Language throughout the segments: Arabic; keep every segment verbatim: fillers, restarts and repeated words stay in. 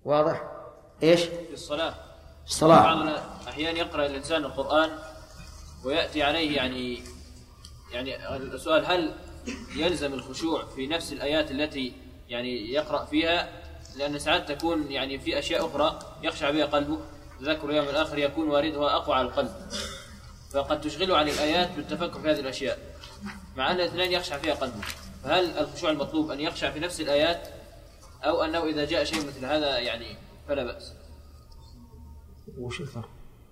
واضح؟ إيش؟ في الصلاة. الصلاة بعض أحيان يقرأ الإنسان القرآن ويأتي عليه يعني يعني السؤال: هل يلزم الخشوع في نفس الآيات التي يعني يقرأ فيها؟ لأن ساعات تكون يعني في أشياء أخرى يخشع بها قلبه، ذكر اليوم الآخر يكون واردها أقوى على القلب، فقد تشغله عن الآيات بالتفكر في هذه الأشياء مع أن الاثنين يخشع فيها قلبه. فهل الخشوع المطلوب أن يخشع في نفس الآيات، أو أنه إذا جاء شيء مثل هذا يعني فلا بأس؟ وش الفرق؟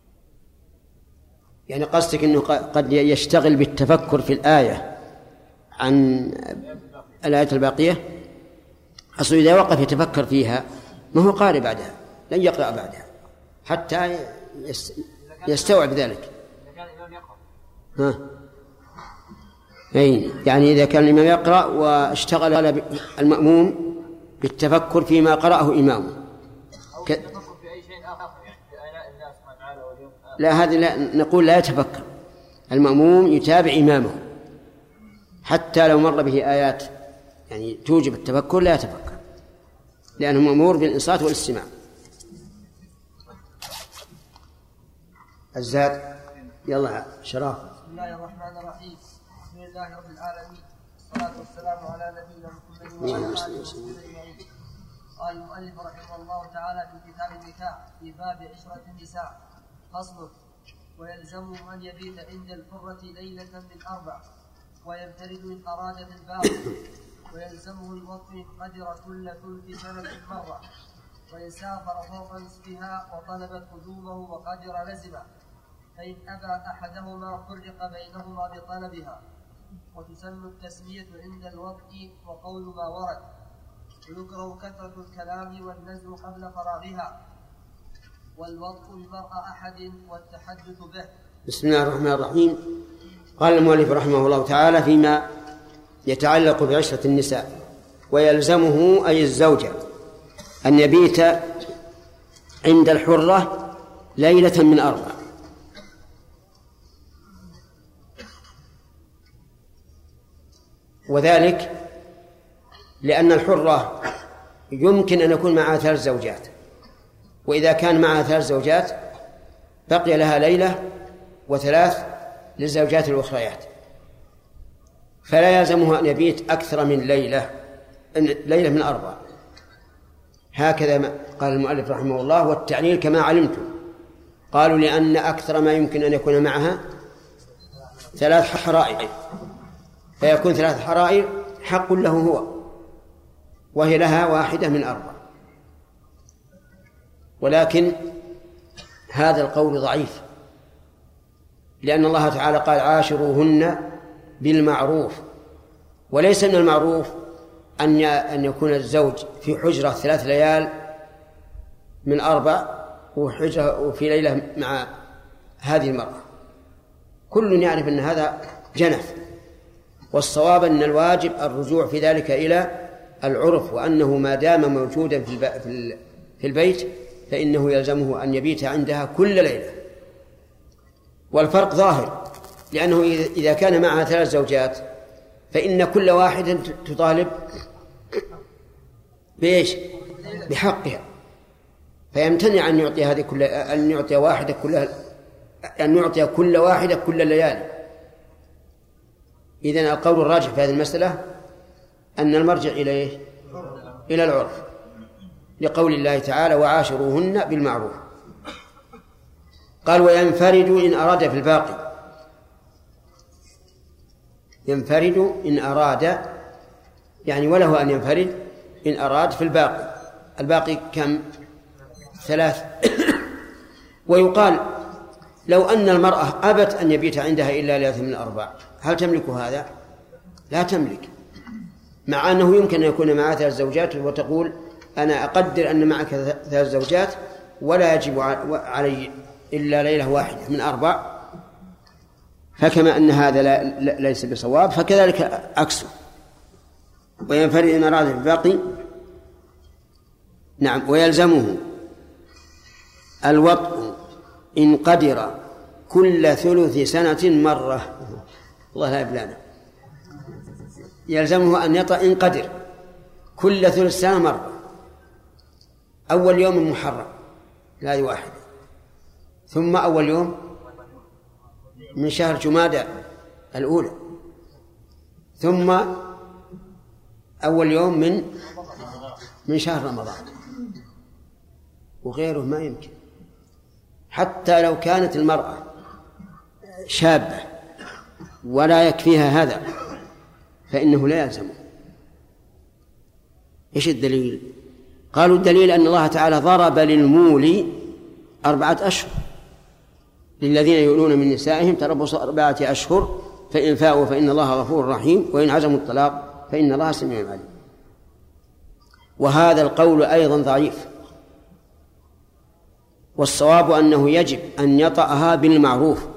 يعني قصدك أنه قد يشتغل بالتفكر في الآية عن الآية الباقية؟ أصل إذا وقف يتفكر فيها ما هو قارئ بعدها، لن يقرأ بعدها حتى يستوعب ذلك. ها. أي يعني إذا كان الإمام يقرأ واشتغل المأموم بالتفكر فيما قرأه إمامه ك... لا، هذا لا نقول لا يتفكر. المأموم يتابع إمامه حتى لو مر به آيات يعني توجب التفكر لا يتفكر، لأنه مأمور بالإنصات والاستماع. الزاد. يلا شراف. بسم الله الرحمن الرحيم. بسم الله رب العالمين، والصلاة والسلام على نبينا محمد وعلى آله وصحبه أجمعين. قال المؤلف رحمه الله تعالى في كتاب النكاح في باب عشرة النساء: فصل: ويلزمه أن يبيت عند الحرة ليلة من أربع، وينفرد إن أراد الباقي، ويلزمه الوطء إن قدر كل ثلث سنة مرة، وإن سافر فوق نصفها وطلبت قدومه وقدر لزمه، فإن أبى أحدهما فرق بينهما بطلبها. وتسن التسمية عند الوطء وقول ما ورد، ويكره كثرة الكلام والنزل قبل فراغها، والوطء بمرء أحد والتحدث به. بسم الله الرحمن الرحيم. قال المؤلف رحمه الله تعالى فيما يتعلق بعشرة النساء: ويلزمه أي الزوجة أن يبيت عند الحرة ليلة من أربع. وذلك لأن الحرة يمكن أن يكون معها ثلاث زوجات، وإذا كان معها ثلاث زوجات بقي لها ليلة وثلاث للزوجات الأخريات، فلا يلزمها أن يبيت أكثر من ليلة ليلة من أربع. هكذا قال المؤلف رحمه الله. والتعليل كما علمتم قالوا لأن أكثر ما يمكن أن يكون معها ثلاث حرائر، فيكون ثلاث حرائر حق له هو، وهي لها واحدة من أربع. ولكن هذا القول ضعيف، لأن الله تعالى قال: عاشروهن بالمعروف. وليس من المعروف أن أن يكون الزوج في حجرة ثلاث ليال من أربع وحجرة وفي ليلة مع هذه المرأة. كل يعرف أن هذا جنف، والصواب أن الواجب الرجوع في ذلك إلى العرف، وأنه ما دام موجودا في البيت فإنه يلزمه أن يبيت عندها كل ليلة. والفرق ظاهر، لأنه إذا كان معها ثلاث زوجات فإن كل واحدة تطالب بإيش؟ بحقها، فيمتنع أن يعطي هذه كل أن يعطي واحدة كلها أن يعطي كل واحدة كل الليالي. إذن القول الراجح في هذه المسألة أن المرجع إليه إلى العرف، لقول الله تعالى: وعاشروهن بالمعروف. قال: وينفرد إن أراد في الباقي. ينفرد إن أراد يعني وله أن ينفرد إن أراد في الباقي. الباقي كم؟ ثلاث. ويقال: لو أن المرأة أبت أن يبيت عندها إلا ليلة من أربع، هل تملك هذا؟ لا تملك، مع أنه يمكن أن يكون معها ثلاث زوجات وتقول: أنا أقدر أن معك ثلاث زوجات ولا يجب علي إلا ليلة واحدة من أربع. فكما أن هذا لا ليس بصواب فكذلك عكسه. وينفرد إن أراد الباقي. نعم. ويلزمه الوطء إن قدر كل ثلث سنة مرة. الله لا يبلانا. يلزمه أن يطأ إن قدر كل ثلث سنة مرة. أول يوم من محرم هذه واحدة، ثم أول يوم من شهر جمادى الأولى، ثم أول يوم من من شهر رمضان، وغيره ما يمكن. حتى لو كانت المرأة شابة ولا يكفيها هذا فإنه لا يلزمه. إيش الدليل؟ قالوا الدليل أن الله تعالى ضرب للمولي أربعة أشهر، للذين يؤلون من نسائهم تربص أربعة أشهر فإن فاءوا فإن الله غفور رحيم وإن عزموا الطلاق فإن الله سميع عليم. وهذا القول أيضا ضعيف، والصواب أنه يجب أن يطأها بالمعروف،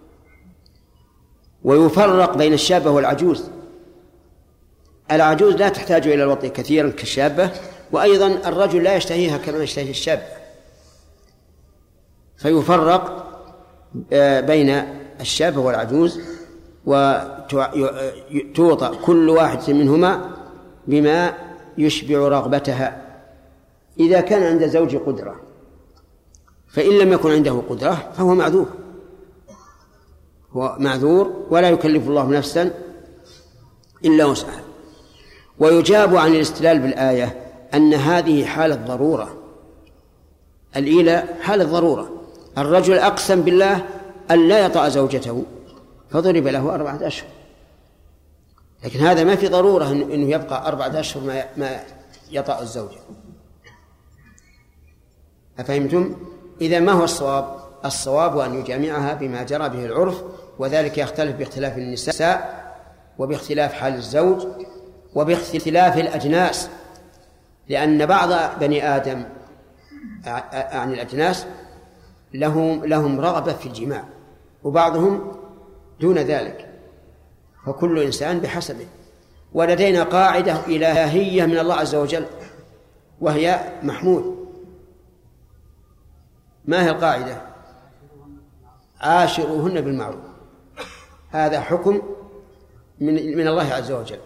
ويفرق بين الشابة والعجوز. العجوز لا تحتاج إلى الوطء كثيرا كالشابة، وأيضا الرجل لا يشتهيها كما يشتهي الشاب، فيفرق بين الشابة والعجوز وتوطأ كل واحد منهما بما يشبع رغبتها. إذا كان عند زوج قدرة، فإن لم يكن عنده قدرة فهو معذور، هو معذور ولا يكلف الله نفسا إلا وسعها. ويجاب عن الاستدلال بالآية أن هذه حالة ضرورة، الإيلاء حالة ضرورة. الرجل أقسم بالله أن لا يطأ زوجته فضرب له أربعة أشهر، لكن هذا ما في ضرورة أنه يبقى أربعة أشهر ما يطأ الزوجة. أفهمتم؟ إذا ما هو الصواب؟ الصواب أن يجامعها بما جرى به العرف، وذلك يختلف باختلاف النساء وباختلاف حال الزوج وباختلاف الأجناس، لأن بعض بني آدم عن الأجناس لهم, لهم رغبة في الجماع وبعضهم دون ذلك، فكل إنسان بحسبه. ولدينا قاعدة إلهية من الله عز وجل وهي محمود. ما هي القاعدة؟ عاشروهن بالمعروف. هذا حكم من, من الله عز وجل،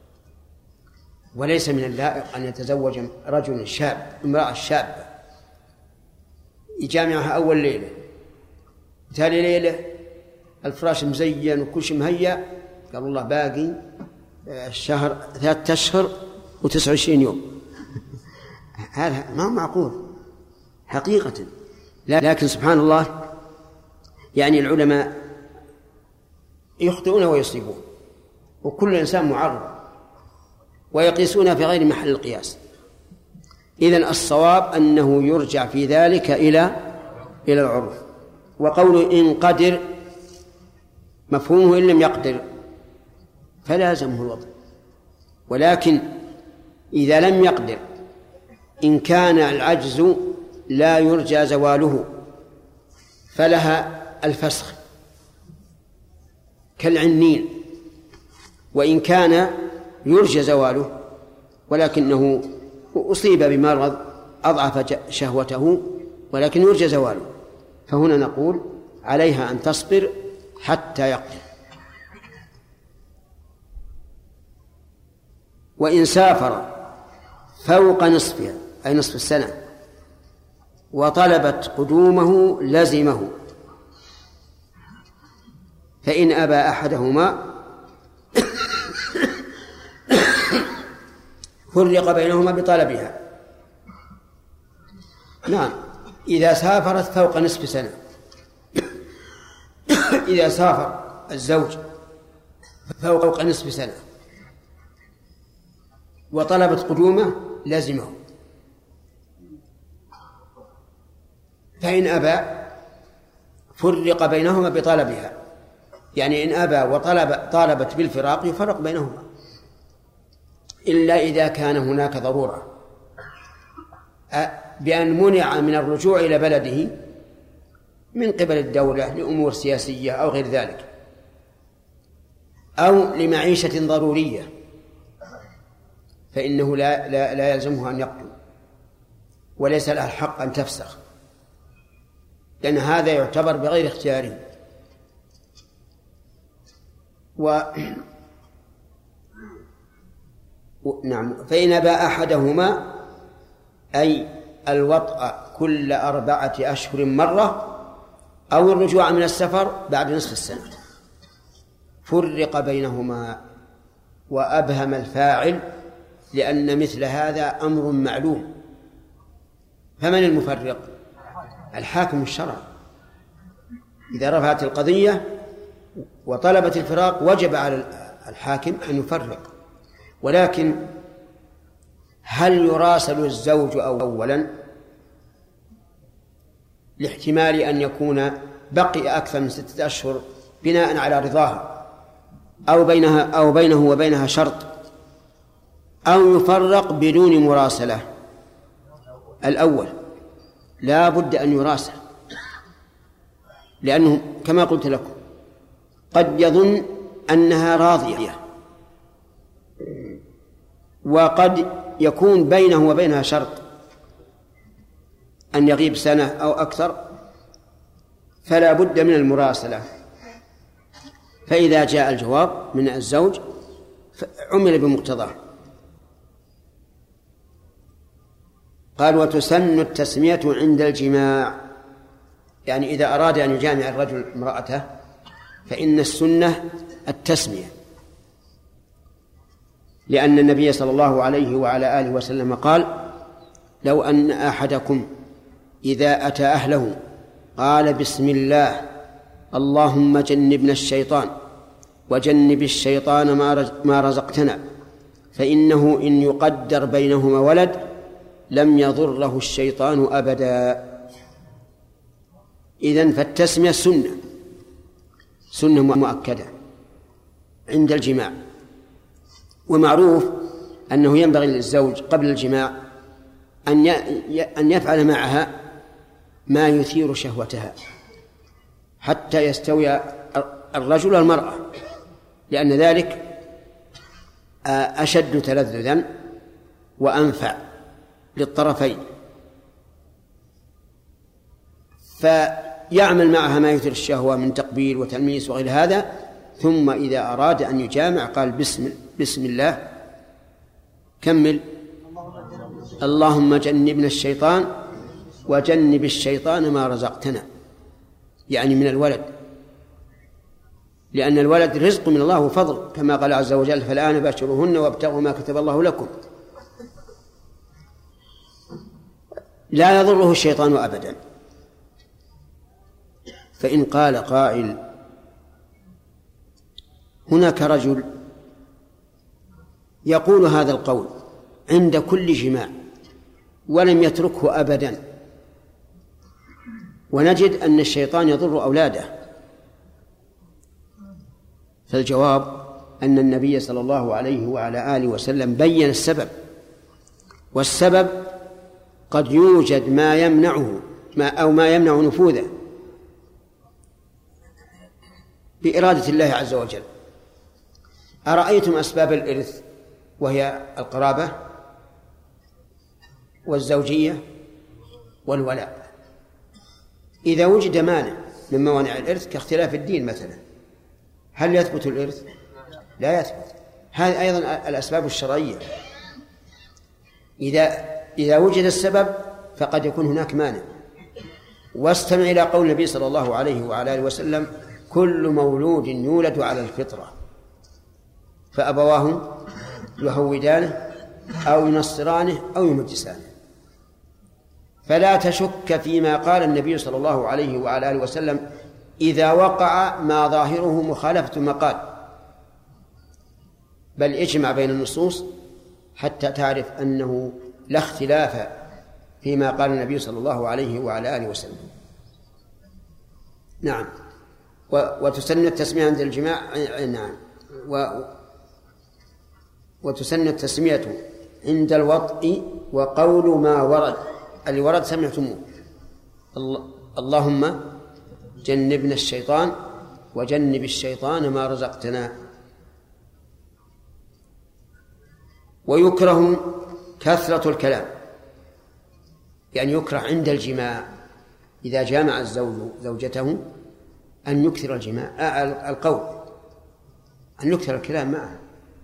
وليس من اللائق أن يتزوج رجل شاب امرأة شابة يجامعها أول ليلة، ثاني ليلة الفراش مزين وكل شيء مهيأ، قال الله باقي الشهر ثلاثة أشهر وتسعة وعشرين يوم. هذا ما هو معقول حقيقة. لكن سبحان الله، يعني العلماء يخطئون ويصيبون، وكل إنسان معرض، ويقيسون في غير محل القياس. إذن الصواب أنه يرجع في ذلك إلى إلى العرف. وقول إن قدر مفهومه إن لم يقدر فلازمه الوضع، ولكن إذا لم يقدر إن كان العجز لا يرجى زواله فلها الفسخ كالعنين، وإن كان يرجى زواله ولكنه أصيب بمرض أضعف شهوته ولكن يرجى زواله، فهنا نقول عليها أن تصبر حتى يقدر. وإن سافر فوق نصفها أي نصف السنة وطلبت قدومه لزمه، فإن أبى أحدهما فرق بينهما بطلبها. نعم، إذا سافرت فوق نصف سنة، إذا سافر الزوج فوق نصف سنة وطلبت قدومه لازمه، فإن أبى فرق بينهما بطلبها، يعني إن أبى وطلب طالبت بالفراق يفرق بينهما، إلا إذا كان هناك ضرورة بأن منع من الرجوع إلى بلده من قبل الدولة لأمور سياسية أو غير ذلك، أو لمعيشة ضرورية، فإنه لا, لا, لا يلزمه أن يقدم، وليس له الحق أن تفسخ، لأن هذا يعتبر بغير اختياره. و نعم، فإن أبى أحدهما أي الوطأ كل أربعة أشهر مرة أو الرجوع من السفر بعد نصف السنة. فرق بينهما وأبهم الفاعل، لأن مثل هذا أمر معلوم. فمن المفرق؟ الحاكم الشرعي. إذا رفعت القضية وطلبت الفراق وجب على الحاكم أن يفرق. ولكن هل يراسل الزوج أولا لاحتمال أن يكون بقي أكثر من ستة أشهر بناء على رضاها، أو بينها أو بينه وبينها شرط، أو يفرق بدون مراسلة؟ الأول لا بد أن يراسل، لأنه كما قلت لكم قد يظن أنها راضية، وقد يكون بينه وبينها شرط أن يغيب سنة أو أكثر، فلا بد من المراسلة. فإذا جاء الجواب من الزوج عمل بمقتضاه. قال وتسن التسمية عند الجماع، يعني إذا أراد أن يجامع الرجل امرأته فإن السنة التسمية، لأن النبي صلى الله عليه وعلى آله وسلم قال لو أن أحدكم إذا أتى أهله قال بسم الله اللهم جنبنا الشيطان وجنب الشيطان ما رزقتنا، فإنه إن يقدر بينهما ولد لم يضره الشيطان أبدا. إذن فالتسمية سنة سنة مؤكدة عند الجماع. ومعروف أنه ينبغي للزوج قبل الجماع أن يفعل معها ما يثير شهوتها حتى يستوي الرجل والمرأة، لأن ذلك أشد تلذذا وأنفع للطرفين. فيعمل معها ما يثير الشهوة من تقبيل وتلميس وغير هذا، ثم إذا أراد أن يجامع قال بسم, بسم الله، كمل اللهم جنبنا الشيطان وجنب الشيطان ما رزقتنا، يعني من الولد، لأن الولد رزق من الله وفضل، كما قال عز وجل فالآن باشروهن وابتغوا ما كتب الله لكم. لا يضره الشيطان أبدا. فإن قال قائل هناك رجل يقول هذا القول عند كل جماع ولم يتركه أبدا، ونجد أن الشيطان يضر أولاده، فالجواب أن النبي صلى الله عليه وعلى آله وسلم بين السبب، والسبب قد يوجد ما يمنعه ما أو ما يمنع نفوذه بإرادة الله عز وجل. أرأيتم أسباب الإرث وهي القرابة والزوجية والولاء، إذا وجد مانع من موانع الإرث كاختلاف الدين مثلا، هل يثبت الإرث؟ لا يثبت. هذه أيضا الأسباب الشرعية، إذا إذا وجد السبب فقد يكون هناك مانع. واستمع إلى قول النبي صلى الله عليه وعلى آله وسلم كل مولود يولد على الفطرة فأبواه يهودانه أو ينصرانه أو يمجسانه. فلا تشك فيما قال النبي صلى الله عليه وعلى آله وسلم إذا وقع ما ظاهره مخالفة ما قال، بل اجمع بين النصوص حتى تعرف أنه لا اختلاف فيما قال النبي صلى الله عليه وعلى آله وسلم. نعم. وتسن التسمية عند الجماع. نعم. و وتسن التسمية عند الوطء وقول ما ورد. اللي ورد سمعتموه اللهم جنبنا الشيطان وجنب الشيطان ما رزقتنا. ويكره كثرة الكلام، يعني يكره عند الجماع إذا جامع الزوج زوجته أن يكثر الجماع آه القول أن يكثر الكلام معه.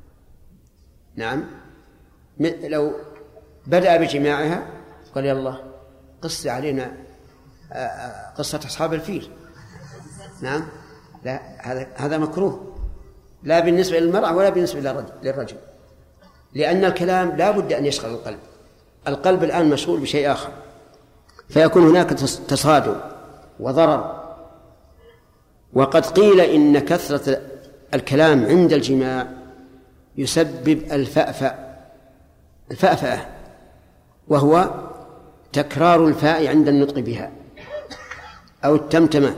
نعم. لو بدأ بجماعها قال يا الله قصة علينا قصة أصحاب الفيل. نعم، لا، هذا هذا مكروه، لا بالنسبة للمرأة ولا بالنسبة للرجل، لأن الكلام لا بد أن يشغل القلب. القلب الآن مشغول بشيء آخر، فيكون هناك تصادم وضرر. وقد قيل إن كثرة الكلام عند الجماع يسبب الفأفأ الفأفأة، وهو تكرار الفاء عند النطق بها أو التمتمة.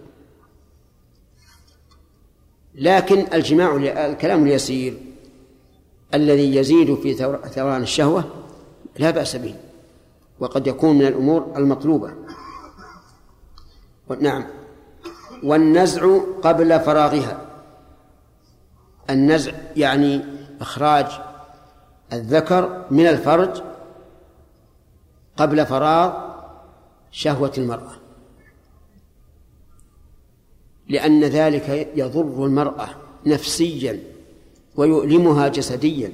لكن الجماع الكلام اليسير الذي يزيد في ثوران الشهوة لا بأس به، وقد يكون من الأمور المطلوبة. نعم. والنزع قبل فراغها، النزع يعني إخراج الذكر من الفرج قبل فراغ شهوة المرأة، لأن ذلك يضر المرأة نفسيا ويؤلمها جسديا،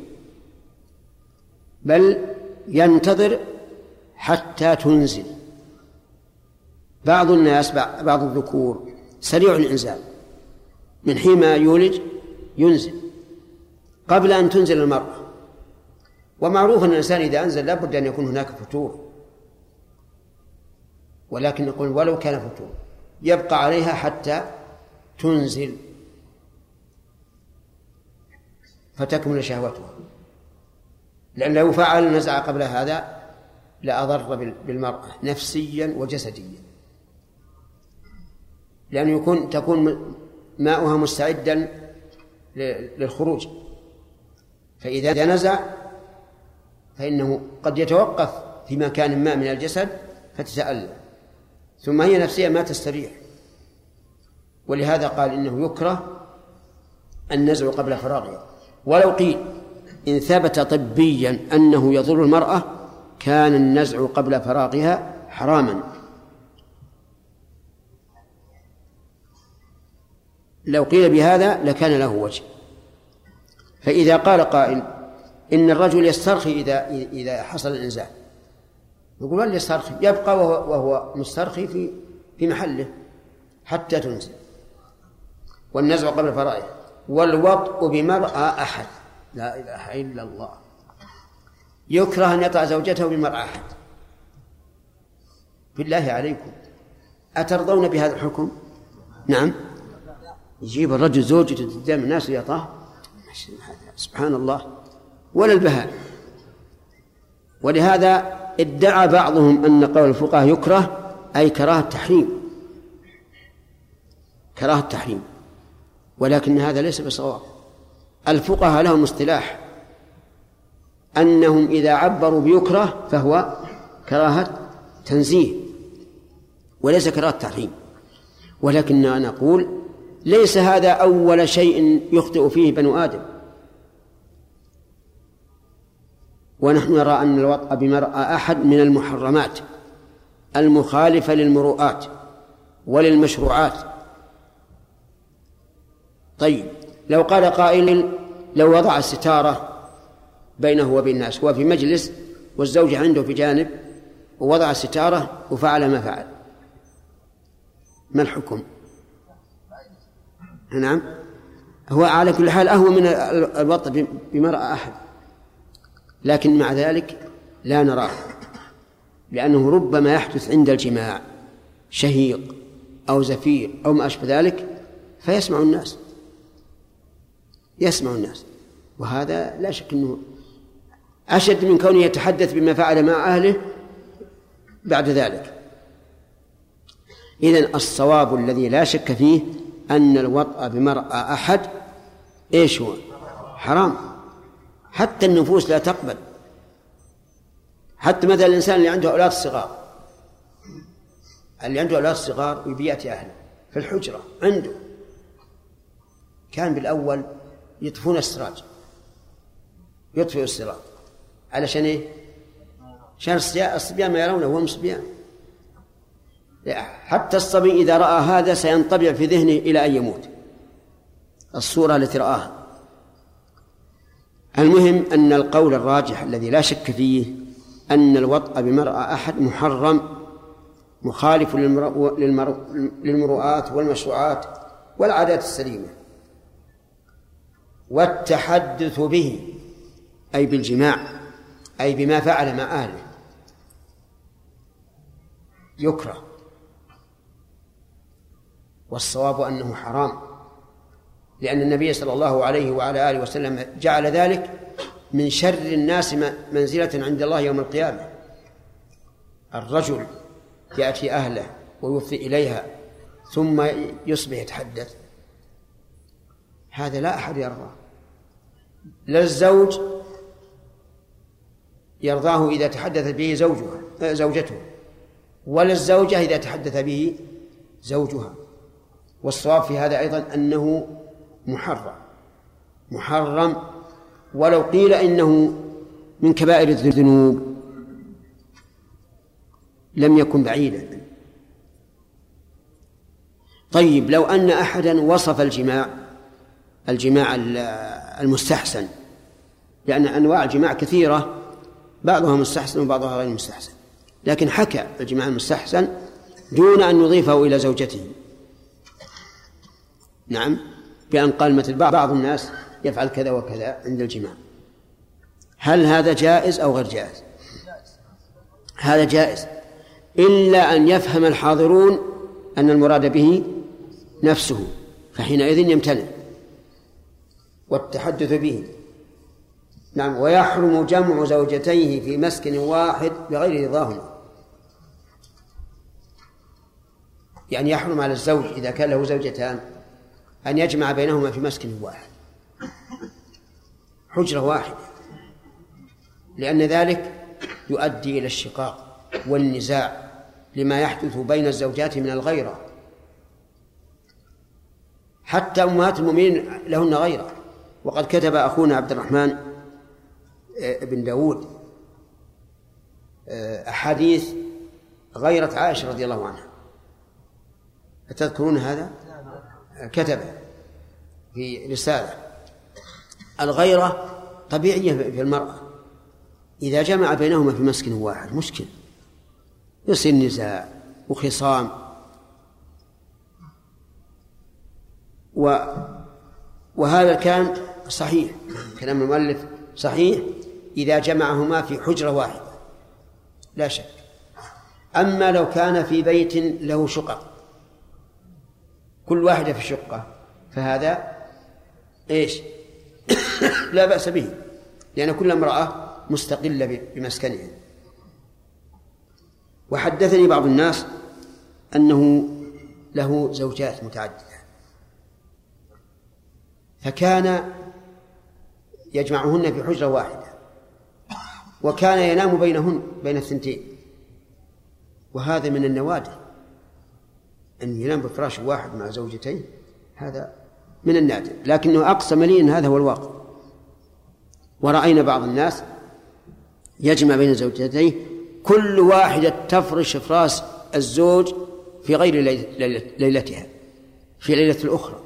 بل ينتظر حتى تنزل. بعض الناس بعض الذكور سريع الإنزال، من حين ما يولج ينزل قبل أن تنزل المرأة. ومعروف أن الإنسان إذا أنزل لابد أن يكون هناك فتور، ولكن نقول ولو كان فتور يبقى عليها حتى تنزل فتكمل شهوتها، لأن لو فعل النزع قبل هذا لأضر بالمرأة نفسيا وجسديا، لأن يكون تكون ماؤها مستعدا للخروج. فإذا نزع فإنه قد يتوقف في مكان ما من الجسد فتتألم، ثم هي نفسيا ما تستريح. ولهذا قال إنه يكره النزع قبل فراغها. ولو قيل إن ثبت طبيا أنه يضر المرأة كان النزع قبل فراغها حراما. لو قيل بهذا لكان له وجه. فإذا قال قائل إن الرجل يسترخي إذا إذا حصل الإنزال، يقول هل يسترخي؟ يبقى وهو, وهو مسترخي في في محله حتى تنزل. والنزع قبل فرائه. والوطء بمرأى أحد، لا إله إلا الله، يكره أن يطع زوجته بمرأى أحد. بالله عليكم أترضون بهذا الحكم؟ نعم. يجيب الرجل زوجته قدام الناس ويطاه، سبحان الله، ولا البهاء. ولهذا ادعى بعضهم أن قول الفقهاء يكره أي كراهة التحريم، كراهة التحريم، ولكن هذا ليس بصواب. الفقهاء لهم اصطلاح أنهم إذا عبروا بيكره فهو كراهة تنزيه وليس كراهة تحريم. ولكننا نقول ليس هذا أول شيء يخطئ فيه بنو آدم، ونحن نرى أن الوطأ بمرأى أحد من المحرمات المخالفة للمروءات وللمشروعات. طيب لو قال قائل لو وضع الستارة بينه وبين الناس، هو في مجلس والزوجة عنده في جانب ووضع الستارة وفعل ما فعل، ما الحكم؟ نعم، هو على كل حال أهو من الوطأ بمرأى أحد، لكن مع ذلك لا نراه، لأنه ربما يحدث عند الجماع شهيق أو زفير أو ما أشبه ذلك فيسمع الناس يسمع الناس وهذا لا شك أنه أشد من كونه يتحدث بما فعل مع أهله بعد ذلك. إذن الصواب الذي لا شك فيه أن الوطأ بمرأى أحد إيش هو؟ حرام، حتى النفوس لا تقبل. حتى مثلا الإنسان اللي عنده أولاد صغار، اللي عنده أولاد صغار ويبيأتي أهله في الحجرة عنده، كان بالأول يطفون السراج، يطفئوا السراج علشان إيه؟ عشان الصبيان ما يرونه وهم صبيان. حتى الصبي إذا رأى هذا سينطبع في ذهنه إلى أن يموت الصورة التي رآها. المهم أن القول الراجح الذي لا شك فيه أن الوطأ بمرأى أحد محرم مخالف للمروءات والمشروعات والعادات السليمة. والتحدث به أي بالجماع أي بما فعل مع أهله يكره، والصواب أنه حرام، لأن النبي صلى الله عليه وعلى آله وسلم جعل ذلك من شر الناس منزلة عند الله يوم القيامة. الرجل يأتي أهله ويفضي إليها ثم يصبح يتحدث، هذا لا أحد يرضاه، لا الزوج يرضاه إذا تحدث به زوجها زوجته، ولا الزوجة إذا تحدث به زوجها. والصواب في هذا أيضا أنه محرم محرم ولو قيل إنه من كبائر الذنوب لم يكن بعيدا. طيب لو أن أحدا وصف الجماع الجماع المستحسن، لأن أنواع الجماع كثيرة بعضها مستحسن وبعضها غير مستحسن، لكن حكى الجماع المستحسن دون أن يضيفه إلى زوجته. نعم، بأن قال مثل بعض الناس يفعل كذا وكذا عند الجماع. هل هذا جائز أو غير جائز؟ هذا جائز، إلا أن يفهم الحاضرون أن المراد به نفسه، فحينئذ يمتنع والتحدث به. نعم. ويحرم جمع زوجتيه في مسكن واحد بغير رضاهما، يعني يحرم على الزوج إذا كان له زوجتان أن يجمع بينهما في مسكن واحد، حجرة واحدة، لأن ذلك يؤدي إلى الشقاق والنزاع لما يحدث بين الزوجات من الغيرة. حتى أمهات المؤمنين لهن غيرة، وقد كتب أخونا عبد الرحمن بن داود أحاديث غيرة عائشة رضي الله عنها، أتذكرون هذا؟ كتب في رسالة. الغيرة طبيعية في المرأة، إذا جمع بينهما في مسكن واحد مشكل، يصير نزاع وخصام. و... وهذا كان صحيح، كلام المؤلف صحيح إذا جمعهما في حجرة واحدة لا شك. أما لو كان في بيت له شقق كل واحدة في شقة فهذا إيش لا بأس به، لأن كل امرأة مستقلة بمسكنها. وحدثني بعض الناس أنه له زوجات متعددة، فكان يجمعهن في حجرة واحدة، وكان ينام بينهن بين الثنتين، وهذا من النوادر أن ينام بفراش واحد مع زوجتين، هذا من النادر، لكنه أقسم لي أن هذا هو الواقع. ورأينا بعض الناس يجمع بين زوجتين كل واحدة تفرش فراش الزوج في غير ليلتها في ليلة الأخرى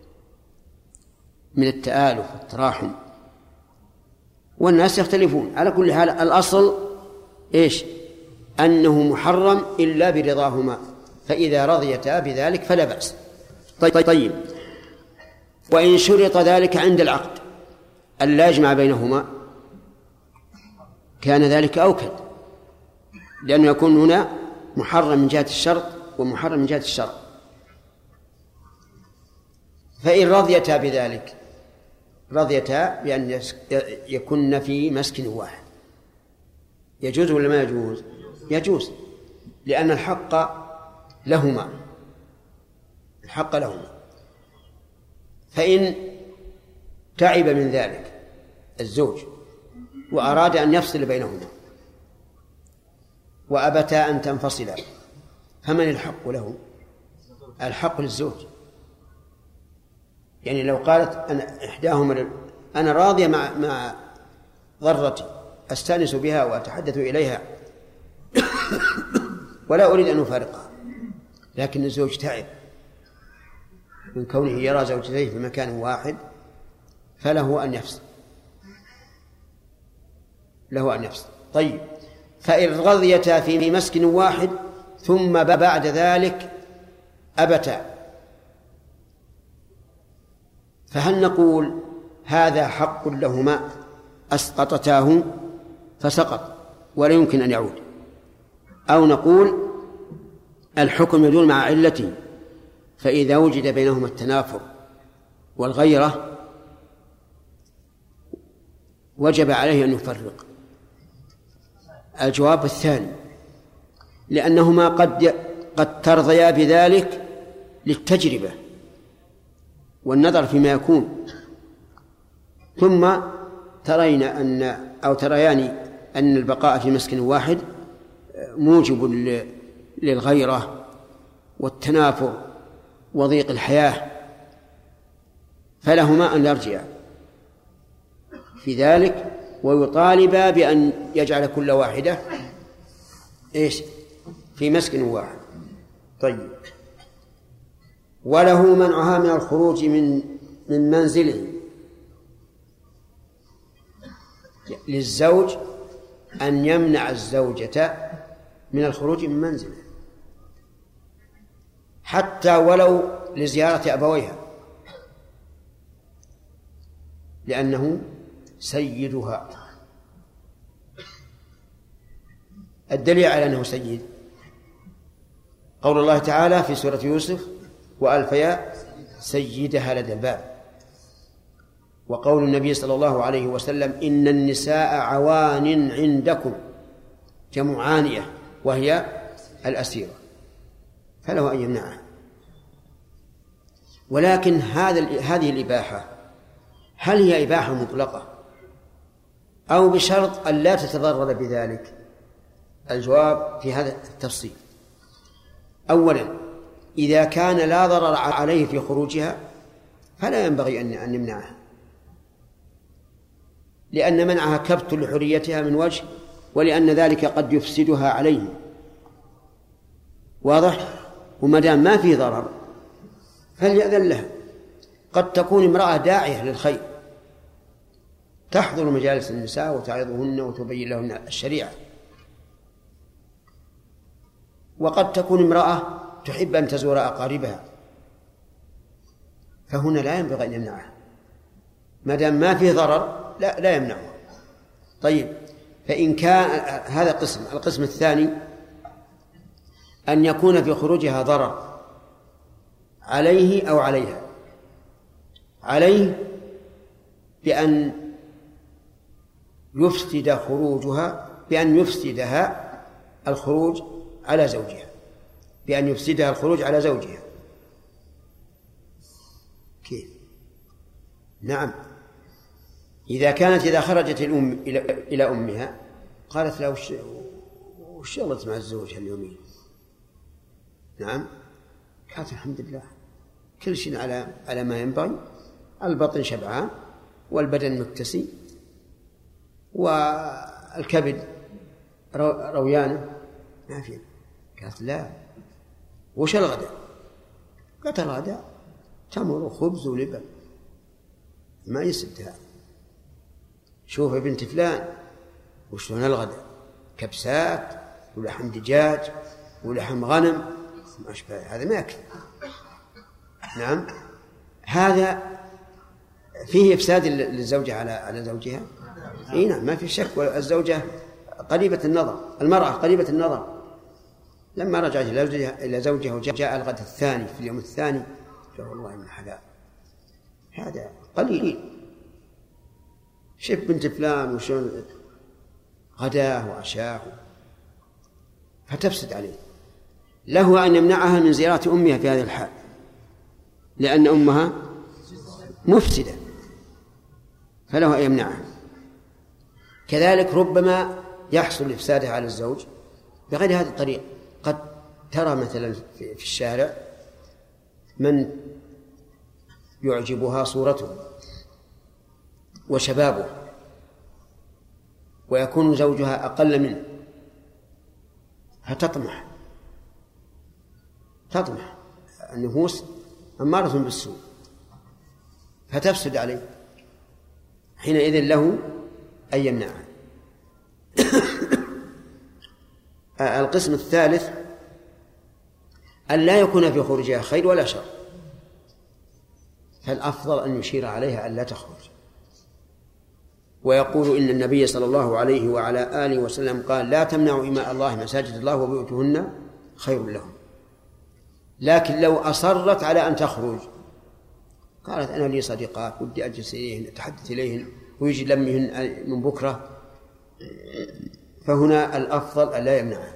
من التآلف والتراحم، والناس يختلفون. على كل حال الأصل إيش؟ أنه محرم إلا برضاهما، فإذا رضيتا بذلك فلا بأس. طيب, طيب. وإن شرط ذلك عند العقد أن لا يجمع بينهما كان ذلك أوكد، لأنه يكون هنا محرم من جهة الشرط ومحرم من جهة الشرع. فإن رضيتا بذلك رضيتا بأن يكون في مسكن واحد يجوز ولا ما يجوز؟ يجوز، لأن الحق لهما الحق لهما. فإن تعب من ذلك الزوج وأراد أن يفصل بينهما وأبتا أن تنفصلا فمن الحق له؟ الحق للزوج. يعني لو قالت أنا إحداهما أنا راضية مع مع ضرتي أستأنس بها وأتحدث إليها ولا أريد أن أفارقها، لكن الزوج تعب من كونه يرى زوجته في مكان واحد، فله أن يفصل له أن يفصل. طيب، فإن رضيتا في مسكن واحد ثم بعد ذلك أبتا، فهل نقول هذا حق لهما أسقطتاه فسقط ولا يمكن أن يعود، أو نقول الحكم يدور مع علته، فإذا وجد بينهما التنافر والغيرة وجب عليه أن يفرق؟ الجواب الثاني، لأنهما قد قد ترضيا بذلك للتجربة والنظر فيما يكون، ثم ترين أن أو تريان أن البقاء في مسكن واحد موجب للغيرة والتنافر وضيق الحياة، فلهما أن يرجعا في ذلك ويطالبا بأن يجعل كل واحدة إيش في مسكن واحد. طيب، وله منعها من الخروج من من منزله، للزوج أن يمنع الزوجة من الخروج من منزله حتى ولو لزيارة أبويها، لأنه سيدها. الدليل على أنه سيد قول الله تعالى في سورة يوسف: وألفيا سيدها لدى الباب، وقول النبي صلى الله عليه وسلم: إن النساء عوان عندكم، جمع عانية وهي الأسيرة، فله أن يمنعها. ولكن هذا هذه الإباحة هل هي إباحة مطلقة أو بشرط أن لا تتضرر بذلك؟ الجواب في هذا التفصيل. أولا، إذا كان لا ضرر عليه في خروجها فلا ينبغي أن نمنعها، لأن منعها كبت لحريتها من وجه، ولأن ذلك قد يفسدها عليه. واضح؟ وما دام ما في ضرر فليأذن لها. قد تكون امرأة داعية للخير تحضر مجالس النساء وتعظهن وتبين لهن الشريعة، وقد تكون امرأة تحب أن تزور أقاربها، فهنا لا ينبغي أن يمنعها ما دام ما فيه ضرر، لا لا يمنعها. طيب، فإن كان هذا قسم. القسم الثاني أن يكون في خروجها ضرر عليه أو عليها. عليه بأن يفسد خروجها بأن يفسدها الخروج على زوجها بأن يفسدها الخروج على زوجها. كيف؟ نعم، إذا كانت إذا خرجت الأم إلى إلى أمها قالت له: وش شغلت مع الزوج هاليومين؟ نعم، قالت: الحمد لله، كل شيء على على ما ينبغي، البطن شبعان والبدن مكتسي والكبد رويانه ما في. قالت: لا، وش الغداء؟ قالت: الغداء تمر وخبز ولبن، ما يسد هذا. شوف يا بنت فلان وشلون الغداء، كبسات ولحم دجاج ولحم غنم، ما أشبه هذا، ما يكفي. نعم، هذا فيه إفساد للزوجة على على زوجها. إيه نعم، ما في شك. والزوجة قريبة النظر، المرأة قريبة النظر. لما رجعت إلى زوجها وجاء الغد الثاني في اليوم الثاني قال: والله من حلال، هذا قليل. شوف بنت فلان وشون غداه وعشاه، فتفسد عليه. له أن يمنعها من زيارة أمها في هذه الحال، لأن أمها مفسدة، فله أن يمنعها. كذلك ربما يحصل إفسادها على الزوج بغير هذه الطريقة. قد ترى مثلا في الشارع من يعجبها صورته وشبابه، ويكون زوجها أقل منه، فتطمح تطمح النفوس أمارة بالسوء فتفسد عليه، حينئذ له أن يمنعها. القسم الثالث أن لا يكون في خروجها خير ولا شر، فالأفضل أن يشير عليها أن لا تخرج. ويقول إن النبي صلى الله عليه وعلى آله وسلم قال: لا تمنعوا إماء الله مساجد الله وبيوتهن خير لهم. لكن لو أصرت على أن تخرج، قالت: أنا لي صديقات ودي أجلس إليهن أتحدث إليهن ويجي لمهن من بكرة، فهنا الأفضل أن لا يمنعها،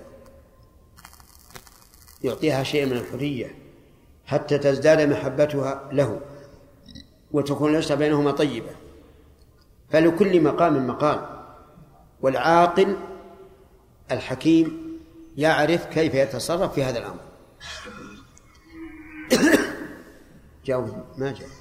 يعطيها شيء من الحرية حتى تزداد محبتها له وتكون العشرة بينهما طيبة. فلكل مقام مقال، والعاقل الحكيم يعرف كيف يتصرف في هذا الأمر. جاوب ما جاء.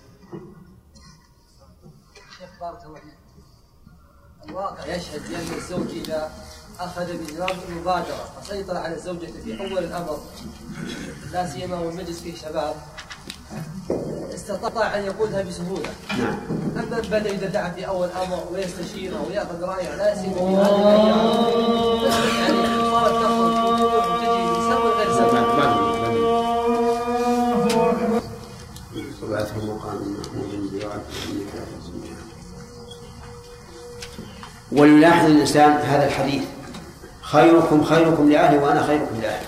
الواقع يشهد بأن الزوج إذا أخذ بجواب المبادرة فسيطر على الزوجة في أول الأمر، لا سيما والمجلس فيه شباب، استطاع أن يقودها بسهولة. أما بدأ إذا دعا في أول أمر ويستشيره ويأخذ رأيه، لا سيما في هذه الأيام يعني صارت تخرج وتجي يسوي غير سبب. وليلاحظ الإنسان هذا الحديث: خيركم خيركم لأهله وأنا خيركم لأهلي،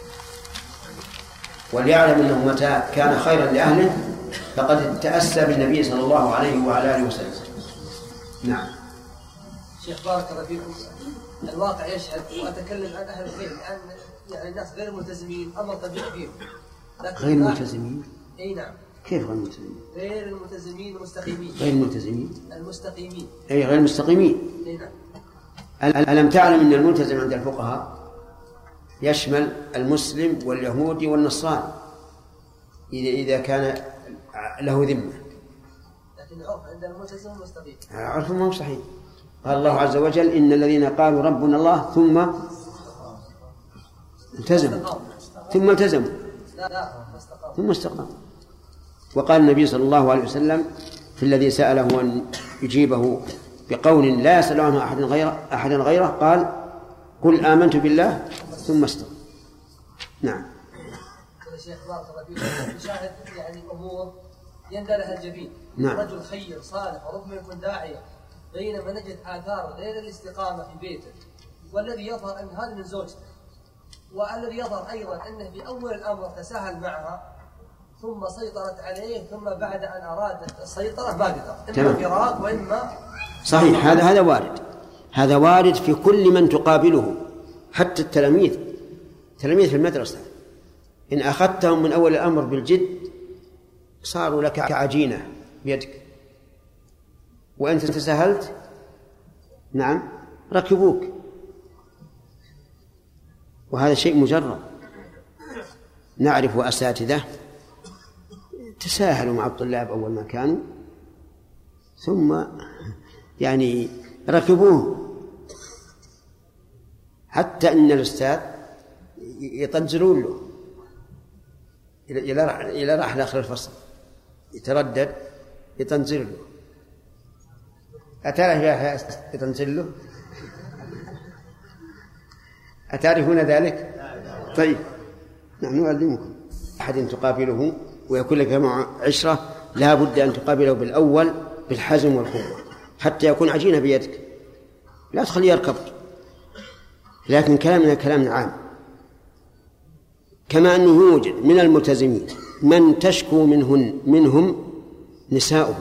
وليعلم أنه متى كان خيرا لأهله فقد تأسى بالنبي صلى الله عليه وعلى آله وسلم. نعم. شيخ بارك الله فيكم، الواقع يشهد، وأتكلم عن أهل الخير لأن يعني الناس غير ملتزمين، أمر طبيعي فيهم. غير ملتزمين؟ أي نعم. كيف غير ملتزمين؟ غير الملتزمين المستقيمين. غير الملتزمين؟ المستقيمين. أي غير المستقيمين. أي نعم. ألم تعلم أن الملتزم عند الفقهاء يشمل المسلم واليهودي والنصراني إذا إذا كان له ذمة؟ لكن العرف عند الملتزم المستقيم. عرف ما هو صحيح. قال الله عز وجل: إن الذين قالوا ربنا الله ثم التزموا ثم التزموا لا لا ثم استقاموا. وقال النبي صلى الله عليه وسلم في الذي سأله أن يجيبه بقول لا يسأل عنه أحد غيره أحد غيره قال: قل آمنت بالله ثم استقم. نعم. شيخ بارك الله فيك، يشاهد يعني أمور يندى لها الجبين. نعم. رجل خير صالح وربما يكون داعية، بينما نجد آثار غير الاستقامة في بيته، والذي يظهر أن هذا من زوجته، والذي يظهر أيضا أنه في أول الأمر تساهل معها ثم سيطرت عليه، ثم بعد أن أراد السيطرة ما قدر، إما فراق وإما صحيح. هذا هذا وارد، هذا وارد في كل من تقابله، حتى التلاميذ تلاميذ في المدرسة إن أخذتهم من أول الأمر بالجد صاروا لك كعجينة بيدك، وأنت تساهلت نعم ركبوك. وهذا شيء مجرد. نعرف أساتذة تساهلوا مع الطلاب أول ما كانوا ثم يعني ركبوه، حتى أن الأستاذ يطنزلون له إلى راح داخل الفصل يتردد يطنزل له. أتعرف يطنزل له؟ أتعرفون ذلك؟ طيب نحن نعلمكم. أحد تقابله ويكون لك مع عشرة لا بد أن تقابله بالأول بالحزم والقوة حتى يكون عجينة بيدك، لا تخليه يركض. لكن كلامنا كلام عام، كما أنه يوجد من الملتزمين من تشكو منهن منهم نساؤهم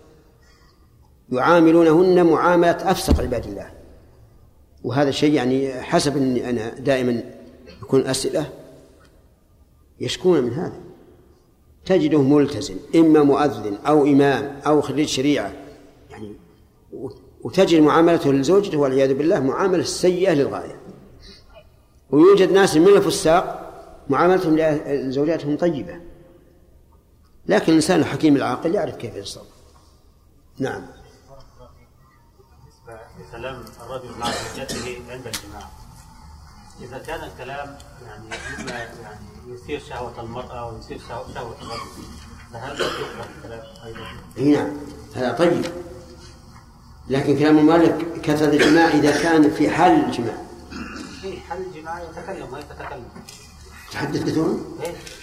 يعاملونهن معاملة أفسق عباد الله، وهذا الشيء يعني حسب أني أنا دائما يكون أسئلة يشكون من هذا. تجده ملتزم إما مؤذن أو إمام أو خريج شريعة يعني، وتجد معاملته لزوجته والعياذ بالله معاملة سيئة للغاية. ويوجد ناس من الفساق معاملتهم لزوجاتهم طيبة، لكن الإنسان الحكيم العاقل يعرف كيف يتصرف. نعم. بالنسبة لكلام الرجل مع زوجته عند الجماع، إذا كان الكلام يعني يعني يثير شهوة المرأة ويثير شهوة الرجل، فهل يكره الكلام أيضا؟ نعم هذا طيب، لكن كلام المؤلف كثرة الجماع إذا كان في حال الجماع. في حال الجماع يتكلم ما يتكلم. تحدثون؟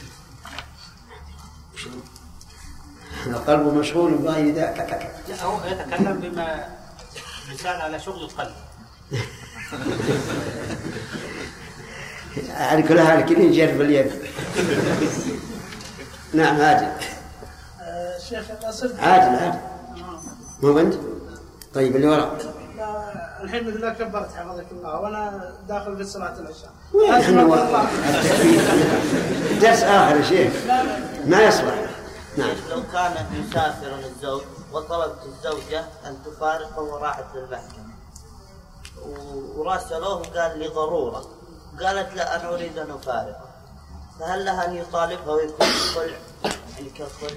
القلب مشغول بغير ذاك. هو يتكلم بما يساعد على شغل القلب. على كل حال كل يجرب اليد. نعم عادل. شيخ أصل عادل عادل مو بنت. طيب اللي وراء. الحين مثل ما كبرت حفظك الله وأنا داخل في صلاة العشاء. درس آخر يا شيخ ما يصلح. نعم. لو كان يسافر الزوج وطلبت الزوجة أن تفارقه وراحت للمحكمة وراسلوه وقال لي ضرورة، قالت لا أنا أريد أن أفارقه، فهل لها أن يطالبها ويكون خلع يعني كالخلع؟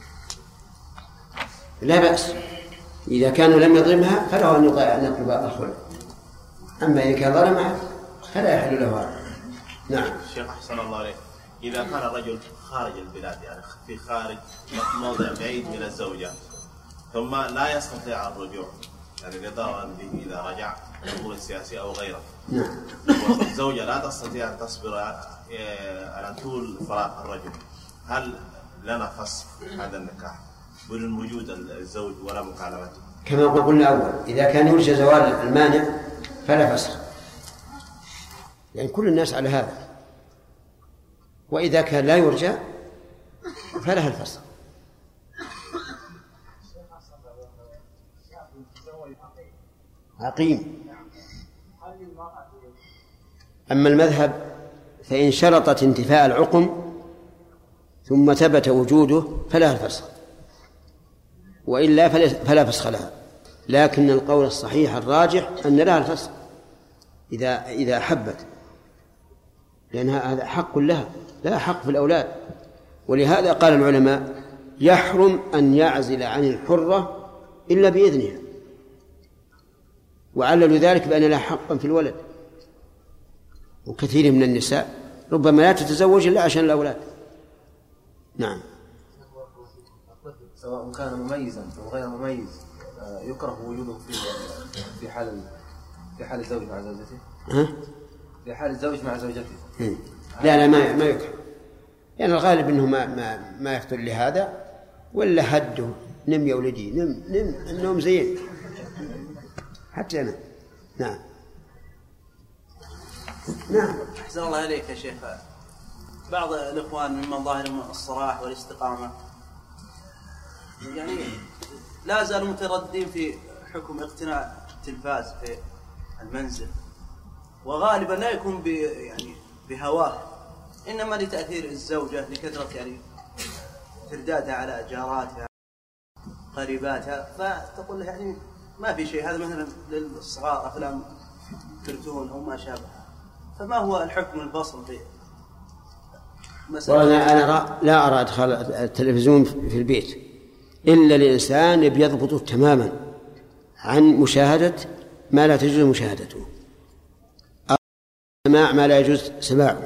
لا بأس إذا كانوا لم يظلمها فله أن يطلب الخلع، أما إذا كان ظلمها فلا يحل له هذا. نعم. الشيخ أحسن الله عليك، إذا كان الرجل خارج البلاد يعني في خارج موضع بعيد من الزوجة ثم لا يستطيع الرجوع يعني رضا به إذا رجع الأمور السياسية أو غيره، نعم. والزوجة لا تستطيع أن تصبر على طول فراق الرجل، هل لنا فسخ هذا النكاح بدون وجود الزوج ولا مكالمته؟ كما قلنا أول إذا كان يرجى زوال المانع فلا فسخ، يعني كل الناس على هذا، وإذا كان لا يرجى فلها الفسخ. عقيم. أما المذهب فإن شرطت انتفاء العقم ثم ثبت وجوده فلها الفسخ، وإلا فلا فسخ لها، لكن القول الصحيح الراجح أن لها الفسخ إذا إذا أحبت، لأن هذا حق لها، لا حق في الأولاد. ولهذا قال العلماء يحرم أن يعزل عن الحرة إلا بإذنها، وعللوا ذلك بأن لها حقا في الولد، وكثير من النساء ربما لا تتزوج إلا عشان الأولاد. نعم. سواء كان مميزا أو غير مميز يكره وجوده في في حال في حال الزوج مع زوجته. ها؟ في حال الزوج مع زوجته. لا لا ما ما يكره، يعني الغالب انه ما ما ما يفتر لهذا، ولا هده نم يا ولدي نم نم النوم زين حتى انا. نعم. نعم. أحسن الله إليك يا شيخ، بعض الإخوان ممن ظاهرهم الصلاح والاستقامة يعني لا زالوا مترددين في حكم اقتناء التلفاز في المنزل، وغالبا لا يكون ب يعني بهواه، إنما لتأثير الزوجة لكثرة يعني تردادها على جاراتها قريباتها، فتقول له يعني ما في شيء، هذا مثلا للصغار أفلام كرتون أو ما شابه. فما هو الحكم الفصل في مسألة؟ والله أنا لا أرى إدخال التلفزيون في البيت إلا الإنسان يضبطه تماما عن مشاهدة ما لا تجوز مشاهدته أو سماع ما لا يجوز سماعه،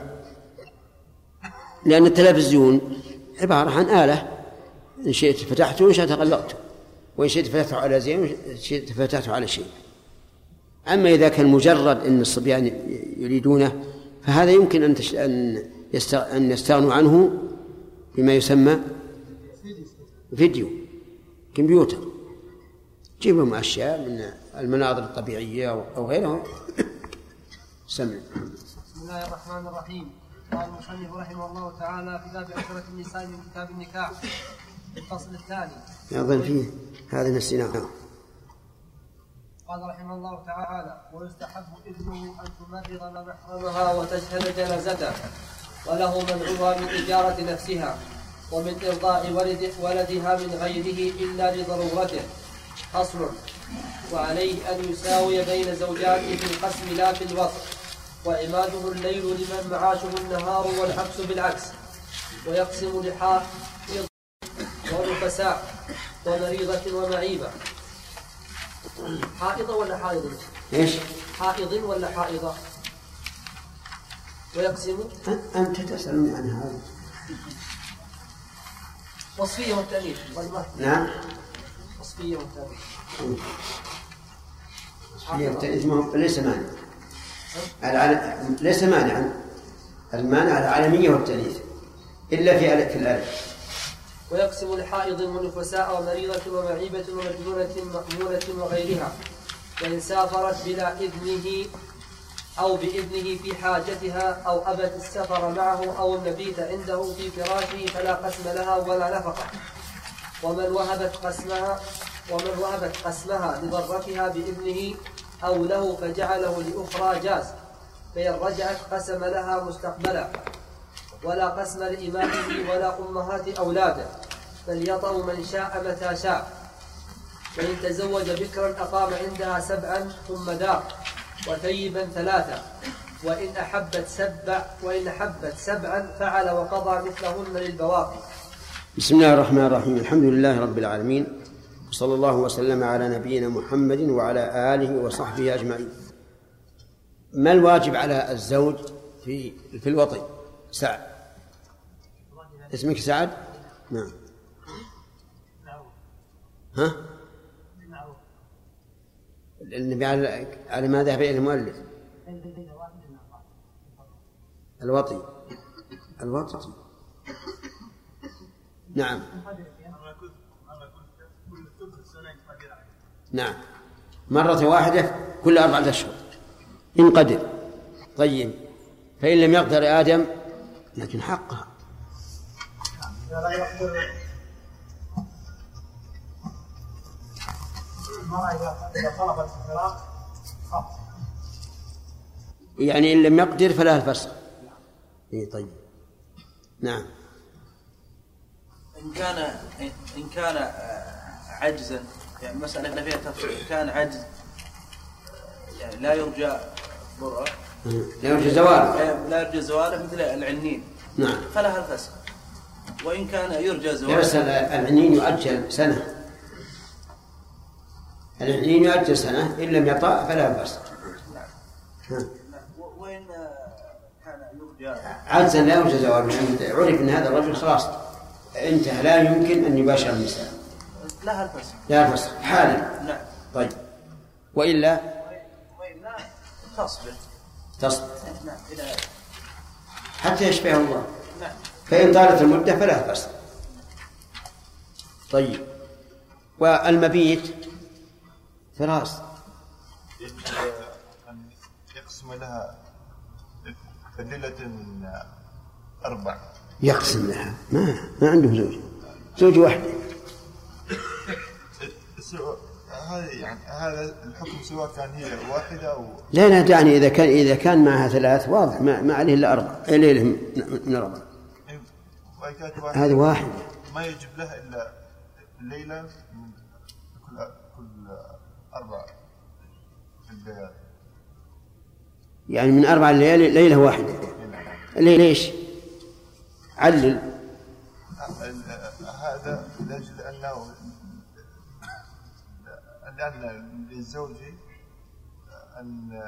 لأن التلفزيون عبارة عن آلة، إن شئت فتحته وإن شئت غلقته، وإن شئت فتحته على زين وإن شئت فتحته على شيء. أما إذا كان مجرد أن الصبيان يريدونه فهذا يمكن أن أن يستغنوا عنه بما يسمى فيديو كمبيوتر، جيب لهم أشياء من المناظر الطبيعية أو غيرها. سمع. بسم الله الرحمن الرحيم. قال المصنف رحمه الله تعالى في باب عشرة النساء من كتاب النكاح الفصل الثاني. يظن فيه هذا نسيناه. قال رحمه الله تعالى: ويستحب إذنه أن تمرض محرمها وتشهد جنازته، وله منعها من إجارة نفسها ومن إرضاء ولد ولدها من غيره إلا لضرورته. أصل: وعليه أن يساوي بين زوجاته في القسم لا في الوطء، وعماده الليل لمن معاشه النهار والحبس بالعكس، ويقسم لحائض ونفساء ومريضة ومعيبة. حائضة ولا حائض؟ إيش؟ حائض ولا حائضة؟ ويقسم. أنت تسألني عن هذا. وصفية والتأنيث. نعم. وصفية والتأنيث. وصفية والتأنيث ليس مانع. ليس مانعا. المانع العالمية والتأنيث إلا في في الألف. ويقسم الحائض والنفساء ومريضة ومعيبة ومجنونة مأمونة وغيرها، وإن سافرت بلا إذنه أو بإذنه في حاجتها أو أبت السفر معه أو المبيت عنده في فراشه فلا قسم لها ولا نفقة. ومن وهبت قسمها ومن وهبت قسمها لضرتها بإذنه أو له فجعله لأخرى جاز، فإن رجعت قسم لها مستقبلا، ولا قسم لإمامه ولا أمهات أولاده، فليطأ من شاء متى شاء. وإن تزوج بكرا أقام عندها سبعا ثم دار، وثيبا ثلاثا، وإن أحبت سبع وإن أحبت سبعا فعل وقضى مثلهن للبواقي. بسم الله الرحمن الرحيم. الحمد لله رب العالمين، صلى الله وسلم على نبينا محمد وعلى آله وصحبه أجمعين. ما الواجب على الزوج في في الوطي؟ سعد، اسمك سعد؟ نعم. ها؟ النبي على على ما ذهب إليه المؤلف الوطي الوطي نعم نعم مرة واحدة كل أربعة أشهر إن قدر. طيب، فإن لم يقدر آدم لكن حقها. لا يقدر المرأة إذا طلبت الفراق يعني إن لم يقدر فلها الفسخ. إيه طيب نعم. إن كان إن كان عجزا، يعني مسألة احنا فيها تفصيل، كان عجز يعني لا يرجى برأة، لا يرجى زواله لا يرجى زواله مثل العنين، نعم، فلها الفسخ. وإن كان يرجى زواله بس العنين يؤجل سنة، العنين يؤجل سنة، إن لم يطأ فلها الفسخ. نعم. وإن كان يرجى عجزا لا يرجى زواله، يعني عرف أن هذا الرجل خلاص انتهى لا يمكن أن يباشر النساء، لها الفسخ، لها الفسخ حالا. نعم. طيب، وإلا وإلا تصبر تصبر نعم إلى حتى يشفيه الله. نعم. فإن طالت المدة فلا فسخ. طيب، والمبيت فراس يقسم لها فليلة من أربع. يقسم لها ما ما عنده زوج، زوج واحد. هذا يعني هذا الحكم سواء كان هي واحدة أو لا لا دعني، إذا كان إذا كان معها ثلاث واضح ما, ما عليه إلا أربع، إليه من أربع. هذه واحدة ما يجب لها إلا الليلة من كل كل أربع الليالي، يعني من أربع ليالي ليلة واحدة. الليلة ليش؟ علل. هذا لأجل أنه لأن للزوج أن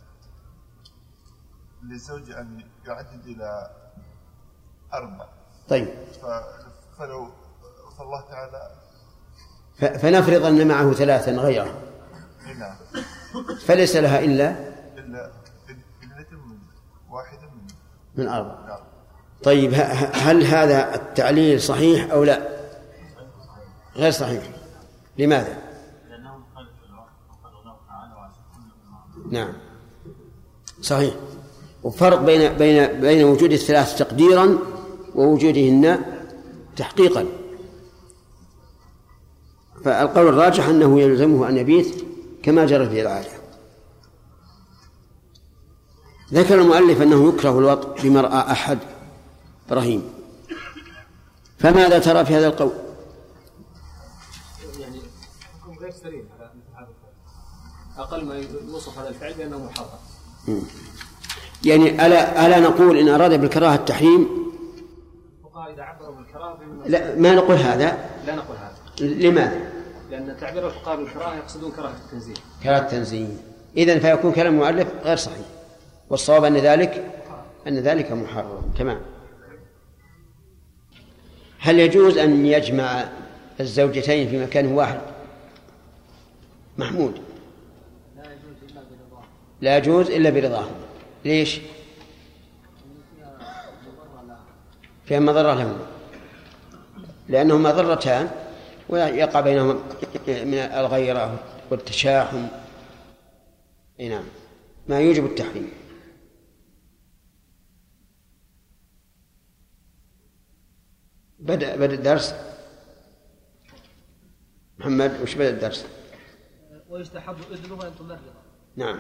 للزوج أن يعدد إلى أربع. طيب، فلو فالله تعالى فنفرض أن معه ثلاثا غيره، نعم، فليس لها إلا إلا من واحدة من من أربع. نعم. طيب، هل هذا التعليل صحيح أو لا؟ غير صحيح. لماذا؟ نعم صحيح. وفرق بين بين بين وجود الثلاث تقديرا ووجودهن تحقيقا. فالقول الراجح أنه يلزمه أن يبيت كما جرت به العادة. ذكر المؤلف أنه يكره الوطء بمرأة أحد رهين، فماذا ترى في هذا القول؟ يعني حكم غير سليم على مثل هذا الفعل، أقل ما يوصف هذا الفعل بأنه محرم. يعني ألا ألا نقول إن أراد بالكراهة التحريم؟ الفقهاء إذا عبروا بالكراهة لا، ما نقول هذا. لا نقول هذا. لماذا؟ لأن تعبير الفقهاء بالكراهة يقصدون كراهة التنزيه. كراهة التنزيه، إذن فيكون كلام المؤلف غير صحيح، والصواب أن ذلك أن ذلك محرم. تمام. هل يجوز أن يجمع الزوجتين في مكان واحد؟ محمود. لا يجوز إلا برضاه. لا يجوز إلا برضاهم. ليش؟ فيها مضرة لهم لأنهما ضرتان ويقع بينهما من الغيرة والتشاحن. نعم ما يوجب التحريم. بدأ بدأ الدرس. محمد وش بدأ الدرس؟ ويستحب إذنه أن تمرض. نعم.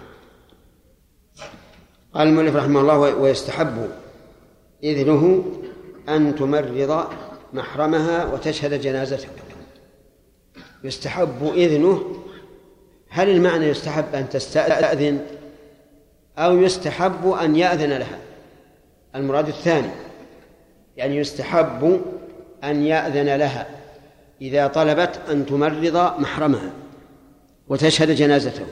قال المؤلف رحمه الله ويستحب إذنه أن تمرض محرمها وتشهد جنازته. يستحب إذنه، هل المعنى يستحب أن تستأذن أو يستحب أن يأذن لها؟ المراد الثاني، يعني يستحب أن يأذن لها إذا طلبت أن تمرض محرمها وتشهد جنازته.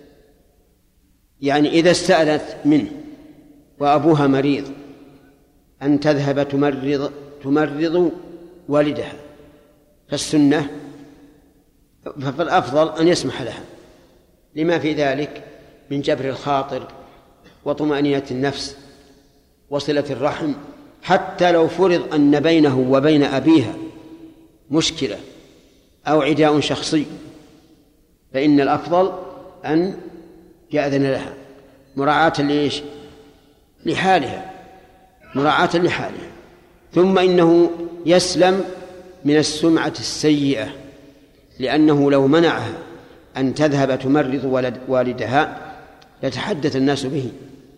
يعني إذا استأذنت منه وأبوها مريض أن تذهب تمرض تمرض والدها، فالسنة فالأفضل أن يسمح لها لما في ذلك من جبر الخاطر وطمأنينة النفس وصلة الرحم، حتى لو فرض أن بينه وبين أبيها مشكلة أو عداء شخصي فإن الأفضل أن يأذن لها مراعاة لإيش؟ لحالها، مراعاة لحالها. ثم إنه يسلم من السمعة السيئة، لأنه لو منعها أن تذهب تمرض ولد والدها يتحدث الناس به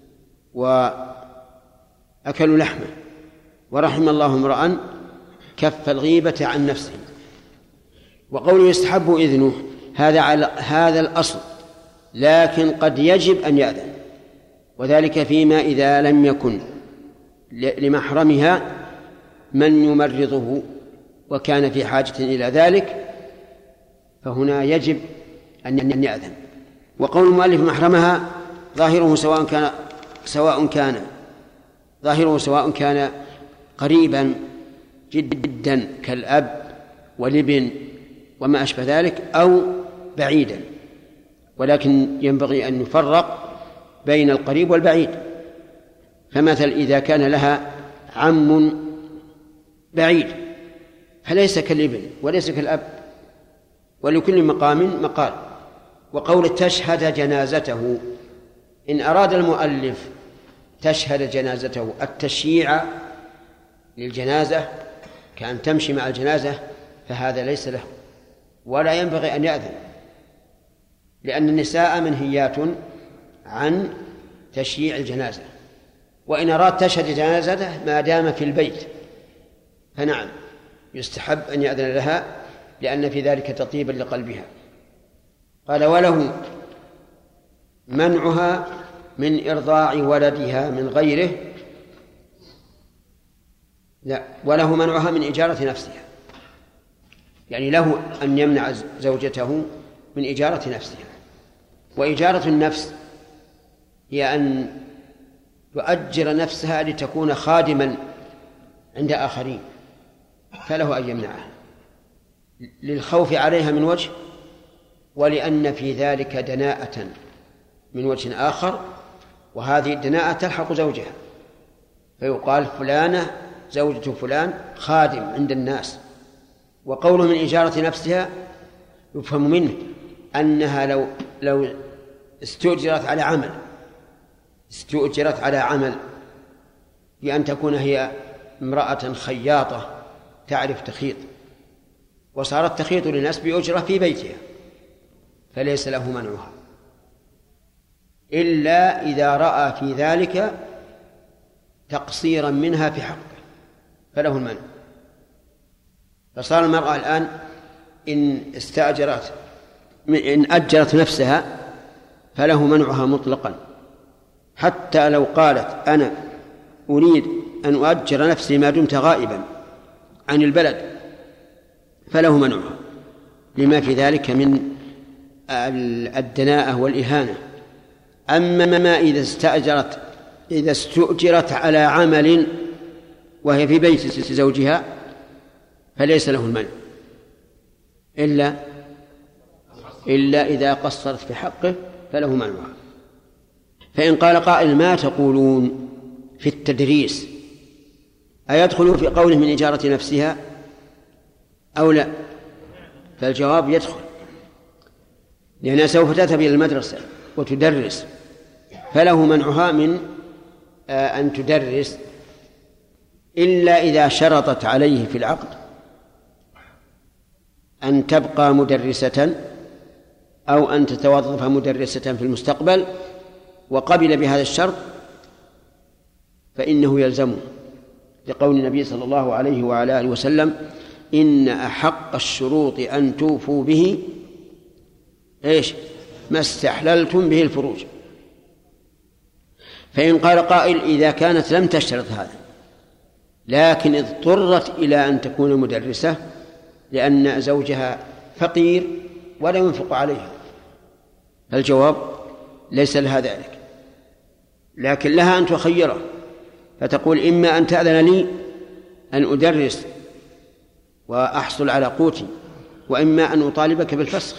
وأكلوا لحمه، ورحم الله امرأ كف الغيبة عن نفسه. وقوله يستحب إذنه هذا على هذا الأصل، لكن قد يجب أن يأذن، وذلك فيما إذا لم يكن لمحرمها من يمرضه وكان في حاجة إلى ذلك، فهنا يجب أن يأذن. وقول المؤلف محرمها ظاهره سواء كان سواء كان ظاهره سواء كان قريبا جدا كالأب والابن وما أشبه ذلك أو بعيدا، ولكن ينبغي أن يفرق بين القريب والبعيد. فمثل إذا كان لها عم بعيد فليس كالابن وليس كالأب، ولكل مقام مقال. وقول تشهد جنازته، إن أراد المؤلف تشهد جنازته التشييع للجنازة كأن تمشي مع الجنازة فهذا ليس له ولا ينبغي أن يأذن، لأن النساء منهيات عن تشييع الجنازة. وإن أراد تشهد جنازته ما دام في البيت فنعم يستحب أن يأذن لها، لأن في ذلك تطيبا لقلبها. قال وله منعها من إرضاع ولدها من غيره، لا، وله منعها من إجارة نفسها، يعني له أن يمنع زوجته من إجارة نفسها. وإجارة النفس هي أن تؤجر نفسها لتكون خادما عند آخرين، فله أن يمنعها للخوف عليها من وجه، ولأن في ذلك دناءة من وجه آخر، وهذه الدناءة تلحق زوجها، فيقال فلانة زوجة فلان خادم عند الناس. وقوله من إجارة نفسها يفهم منه أنها لو لو استؤجرت على عمل استؤجرت على عمل بأن تكون هي امرأة خياطة تعرف تخيط، وصارت تخيط للناس بأجرة في بيتها، فليس له منعها إلا إذا رأى في ذلك تقصيرا منها في حقه فله المنع. فصار المرأة الآن إن استأجرت إن أجرت نفسها فله منعها مطلقا، حتى لو قالت أنا أريد أن أؤجر نفسي ما دمت غائبا عن البلد فله منعها، لما في ذلك من الدناءة والإهانة. أما ما إذا استأجرت إذا استؤجرت على عمل وهي في بيت زوجها فليس له المنع إلا إلا إذا قصرت في حقه فله منعها. فإن قال قائل ما تقولون في التدريس أيدخل في قوله من إجارة نفسها أو لا؟ فالجواب يدخل، لأنها سوف تذهب إلى المدرسة وتدرس، فله منعها من أن تدرس إلا إذا شرطت عليه في العقد أن تبقى مدرسة أو أن تتوظف مدرسة في المستقبل، وقبل بهذا الشرط فإنه يلزمه، لقول النبي صلى الله عليه وعلى آله وسلم: إن أحق الشروط أن توفوا به إيش؟ ما استحللتم به الفروج. فإن قال قائل: إذا كانت لم تشترط هذا لكن اضطرت إلى أن تكون مدرسة لأن زوجها فقير ولا ينفق عليها، الجواب: ليس لها ذلك، لكن لها أن تخيره، فتقول: إما أن تأذن لي أن أدرس وأحصل على قوتي، وإما أن أطالبك بالفسخ،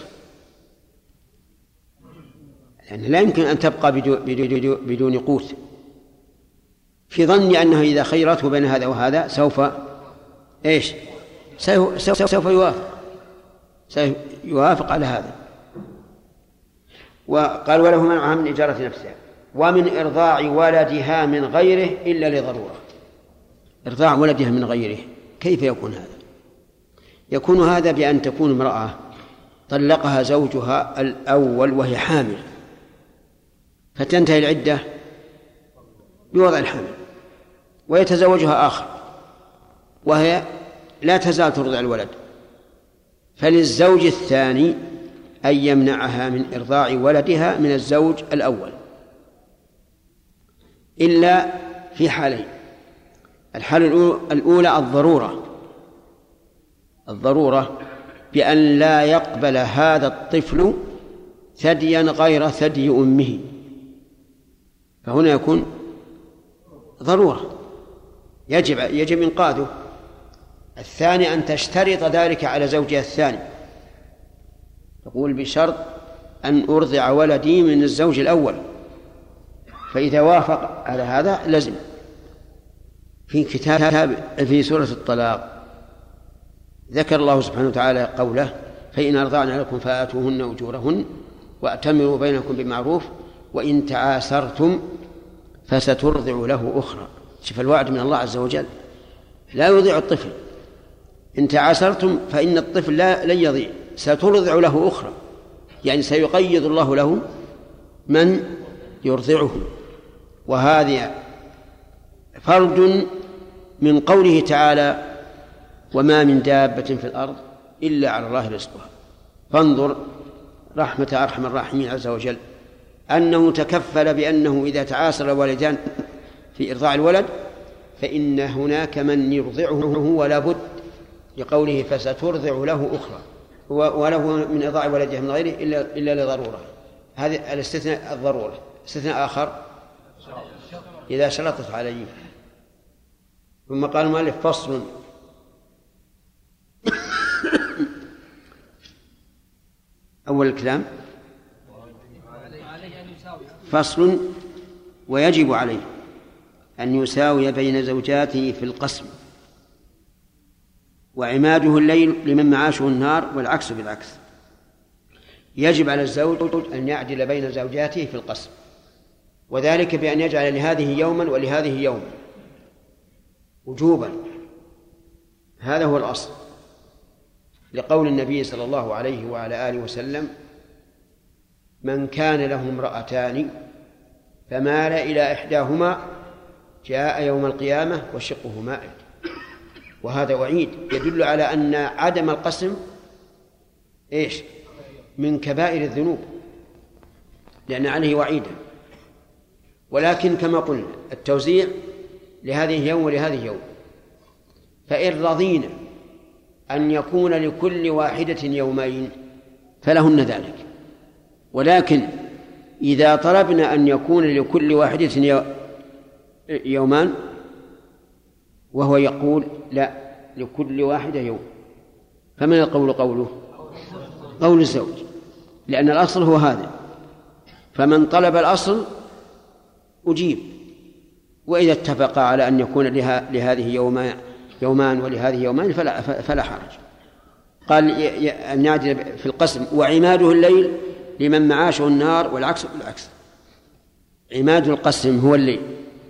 يعني لا يمكن أن تبقى بدون قوت. في ظني أنه إذا خيرته بين هذا وهذا سوف إيش؟ سوف, سوف يوافق سوف يوافق على هذا. وقال: وله منعها من إجارة نفسها ومن إرضاع ولدها من غيره إلا لضرورة. إرضاع ولدها من غيره كيف يكون هذا؟ يكون هذا بأن تكون امرأة طلقها زوجها الأول وهي حامل، فتنتهي العدة بوضع الحمل، ويتزوجها آخر وهي لا تزال ترضع الولد، فللزوج الثاني أن يمنعها من إرضاع ولدها من الزوج الأول، إلا في حالين: الحالة الأولى الضرورة الضرورة بأن لا يقبل هذا الطفل ثديا غير ثدي أمه، فهنا يكون ضرورة يجب يجب إنقاذه. الثاني أن تشترط ذلك على زوجها الثاني، تقول: بشرط أن أرضع ولدي من الزوج الأول، فإذا وافق على هذا لزم. في كتاب في سورة الطلاق ذكر الله سبحانه وتعالى قوله: فإن أرضعن لكم فآتوهن أجورهن وأتمروا بينكم بمعروف وإن تعاسرتم فسترضع له أخرى. شوف الوعد من الله عز وجل، لا يضيع الطفل. إن تعاسرتم فإن الطفل لا لن يضيع، سترضع له أخرى، يعني سيقيض الله له من يرضعه. وهذا فرد من قوله تعالى: وما من دابة في الأرض إلا على الله رزقها. فانظر رحمة أرحم الراحمين عز وجل أنه تكفل بأنه إذا تعاسر الوالدان في إرضاع الولد فإن هناك من يرضعه ولا بد، لقوله: فسترضع له أخرى، وله من إرضاع ولده من غيره إلا, إلا لضرورة. هذا الاستثناء الضرورة. استثناء آخر: إذا شرطت عليه. ثم قال المؤلف: فصل. أول الكلام فصل: ويجب عليه أن يساوي بين زوجاته في القسم، وعماده الليل لمن معاشه النهار، والعكس بالعكس. يجب على الزوج أن يعدل بين زوجاته في القسم، وذلك بأن يجعل لهذه يوما ولهذه يوما وجوبا، هذا هو الأصل، لقول النبي صلى الله عليه وعلى آله وسلم: من كان له امرأتان فمال إلى إحداهما جاء يوم القيامة وشقه مائل. وهذا وعيد يدل على أن عدم القسم إيش؟ من كبائر الذنوب، لأن عليه وعيدا. ولكن كما قلنا التوزيع لهذه يوم ولهذه يوم، فإن رضينا أن يكون لكل واحدة يومين فلهن ذلك، ولكن إذا طلبنا أن يكون لكل واحدة يومان وهو يقول لا، لكل واحدة يوم، فمن القول قوله؟ قول الزوج، لأن الأصل هو هذا. فمن طلب الأصل أجيب، وإذا اتفق على أن يكون لها لهذه يومان يومان ولهذه يومان فلا, فلا حرج. قال أن يعدل في القسم. وعماده الليل لمن معاشه النار والعكس بالعكس. عماد القسم هو الليل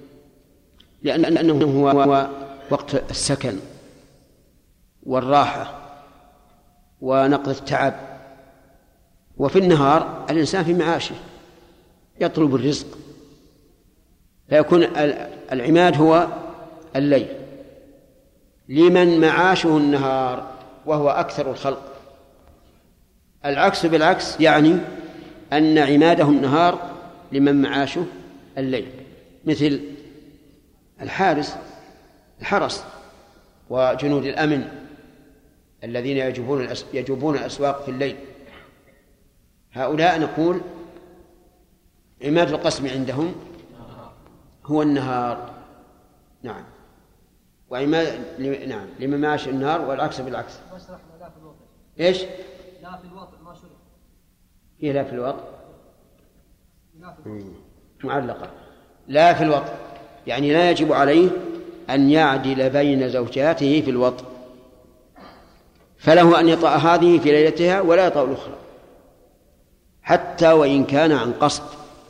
لأنه هو وقت السكن والراحة ونقض التعب، وفي النهار الإنسان في معاشه يطلب الرزق، فيكون العماد هو الليل لمن معاشه النهار وهو أكثر الخلق. العكس بالعكس، يعني أن عماده النهار لمن معاشه الليل، مثل الحارس الحرس وجنود الأمن الذين يجوبون يجوبون الأسواق في الليل، هؤلاء نقول عماد القسم عندهم هو النهار. نعم. وعماد نعم لمن معاش النهار والعكس بالعكس. ايش؟ لا في الوطء ما شرح. هي لا في الوطء معلقة. لا في الوطء يعني لا يجب عليه أن يعدل بين زوجاته في الوطء، فله أن يطأ هذه في ليلتها ولا يطأ الأخرى حتى وإن كان عن قصد.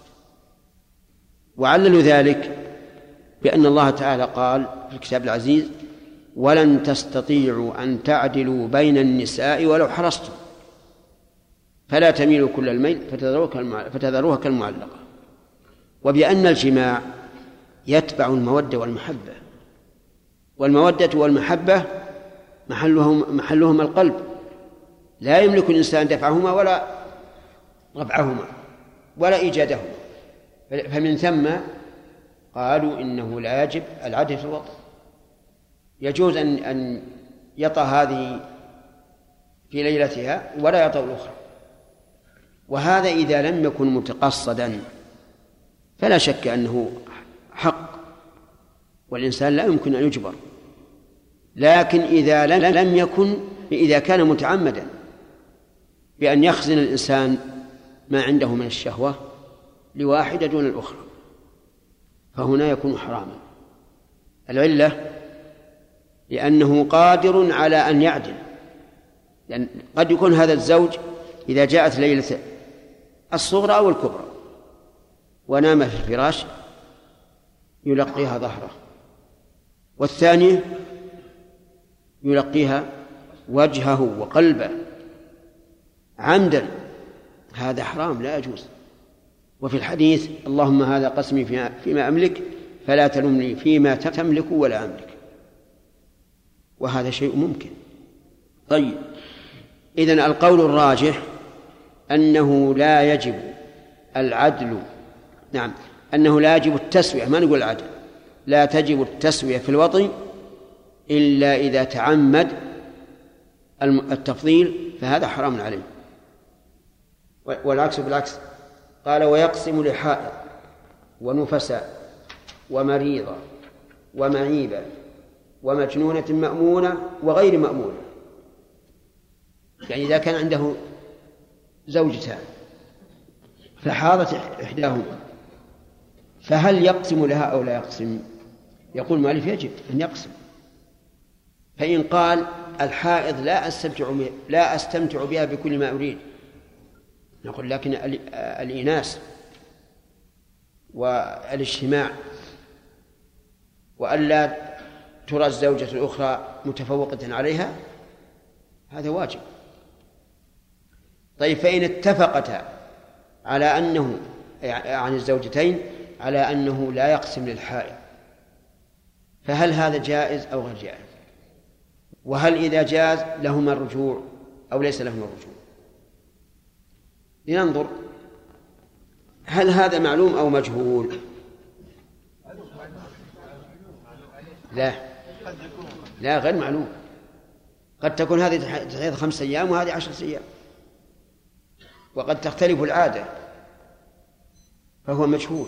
وعلل ذلك بأن الله تعالى قال في الكتاب العزيز: ولن تستطيعوا أن تعدلوا بين النساء ولو حرصتم فلا تميلوا كل الميل فتذروها كالمعلقة. وبأن الجماع يتبع المودة والمحبة، والمودة والمحبة محلهم محلهما القلب، لا يملك الإنسان دفعهما ولا رفعهما ولا إيجادهما. فمن ثم قالوا إنه لا يجب العدل في الوطء، يجوز أن أن يطأ هذه في ليلتها ولا يطأ الأخرى. وهذا إذا لم يكن متقصدا فلا شك أنه حق والإنسان لا يمكن أن يجبر، لكن إذا لم يكن إذا كان متعمدا بأن يخزن الإنسان ما عنده من الشهوة لواحدة دون الأخرى فهنا يكون حراما. العلة لأنه قادر على أن يعدل، لأن قد يكون هذا الزوج إذا جاءت ليلة الصغرى أو الكبرى ونام في الفراش يلقيها ظهره، والثانية يلقيها وجهه وقلبه عمدا، هذا حرام لا يجوز. وفي الحديث: اللهم هذا قسمي فيما أملك فلا تلمني فيما تملك ولا أملك. وهذا شيء ممكن. طيب، إذن القول الراجح أنه لا يجب العدل، نعم أنه لا يجب التسوية، ما نقول العدل، لا تجب التسوية في الوطن إلا إذا تعمد التفضيل فهذا حرام عليه. والعكس بالعكس. قال: ويقسم لحائض ونفساء ومريضة ومعيبة ومجنونة مأمونة وغير مأمونة. يعني إذا كان عنده زوجتان فحاضت إحداهما فهل يقسم لها أو لا يقسم؟ يقول مالك يجب أن يقسم. فإن قال: الحائض لا أستمتع لا أستمتع بها بكل ما أريد، نقول لكن الإناث والاجتماع وألا ترى الزوجة الأخرى متفوقة عليها هذا واجب. طيب، فإن اتفقتا على أنه عن الزوجتين على أنه لا يقسم للحائض فهل هذا جائز أو غير جائز؟ وهل إذا جاز لهما الرجوع أو ليس لهما الرجوع؟ لننظر هل هذا معلوم أو مجهول؟ لا لا غير معلوم. قد تكون هذه تحيض خمس أيام وهذه عشر أيام، وقد تختلف العادة فهو مجهول.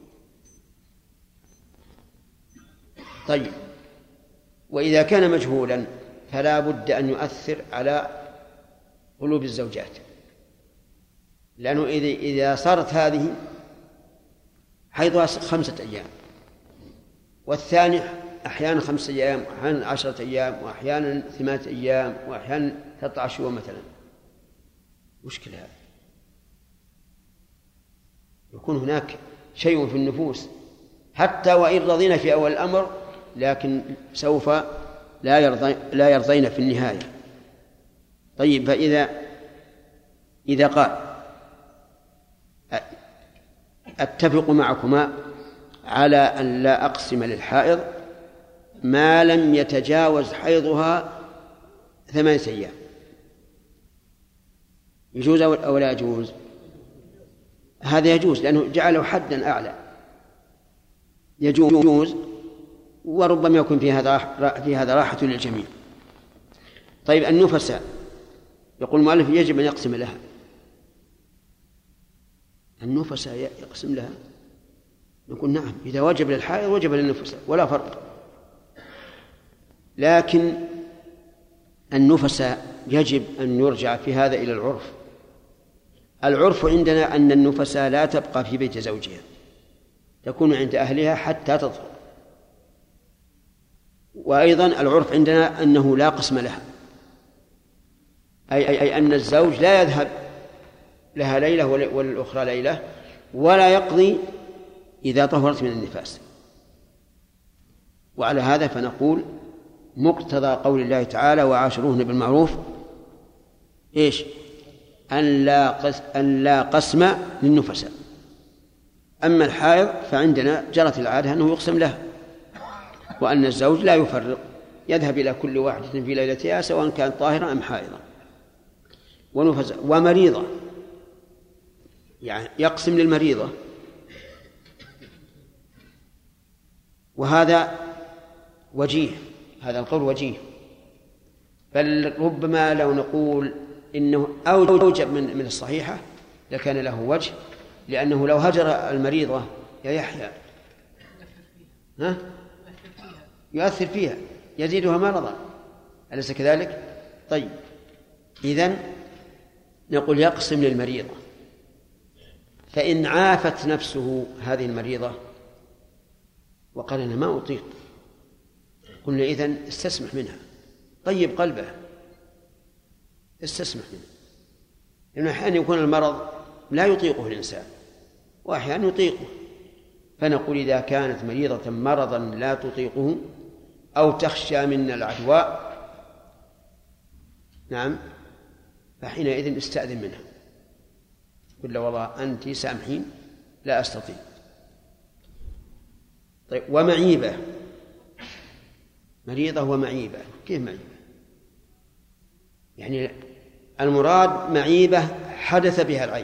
طيب، وإذا كان مجهولا فلا بد أن يؤثر على قلوب الزوجات، لأنه إذا صارت هذه حيضها خمسة أيام والثاني أحيانا خمسة أيام وأحيانا عشرة أيام وأحيانا ثمانية أيام وأحيانا ثلاثة عشر يوم مثلا، مشكلة هذا. يكون هناك شيء في النفوس حتى وإن رضينا في أول الأمر، لكن سوف لا يرضي لا يرضين في النهاية. طيب، فإذا إذا قال أتفق معكما على أن لا أقسم للحائض ما لم يتجاوز حيضها ثمانية أيام، يجوز أو لا يجوز؟ هذا يجوز، لأنه جعله حدا أعلى، يجوز، وربما يكون في هذا في هذا راحة للجميع. طيب، النفساء يقول المؤلف يجب أن يقسم لها، النفساء يقسم لها، نقول نعم، إذا وجب للحائض وجب للنفساء ولا فرق. لكن النفساء يجب أن يرجع في هذا إلى العرف. العرف عندنا أن النفساء لا تبقى في بيت زوجها، تكون عند أهلها حتى تطهر. وأيضا العرف عندنا أنه لا قسم لها، أي, أي, أي أن الزوج لا يذهب لها ليلة والأخرى ليلة، ولا يقضي إذا طهرت من النفاس. وعلى هذا فنقول مقتضى قول الله تعالى وعاشروهن بالمعروف إيش؟ أن لا قسم, أن لا قسم للنفساء. أما الحائض فعندنا جرت العادة أنه يقسم لها، وأن الزوج لا يفرق، يذهب إلى كل واحدة في ليلتها سواء كانت طاهرة أم حائضة. ونفساء ومريضة، يعني يقسم للمريضة، وهذا وجيه، هذا القول وجيه، بل ربما لو نقول إنه أوجب من من الصحيحة لكان له وجه، لأنه لو هجر المريضة يا يحيى ها يؤثر فيها، يزيدها مرضا، أليس كذلك؟ طيب، إذن نقول يقسم للمريضة، فإن عافت نفسه هذه المريضة وقال أنا ما أطيق، قلنا إذن استسمح منها، طيب قلبها، استسمح منها، لأنه أحيانا يكون المرض لا يطيقه الإنسان وأحيانا يطيقه، فنقول إذا كانت مريضة مرضا لا تطيقه أو تخشى من العدوى نعم فحينئذ استأذن منها، قل له والله أنت سامحين لا أستطيع. طيب، ومعيبة، مريضة ومعيبة، كيف معيبة؟ يعني المراد معيبة حدث بها العيب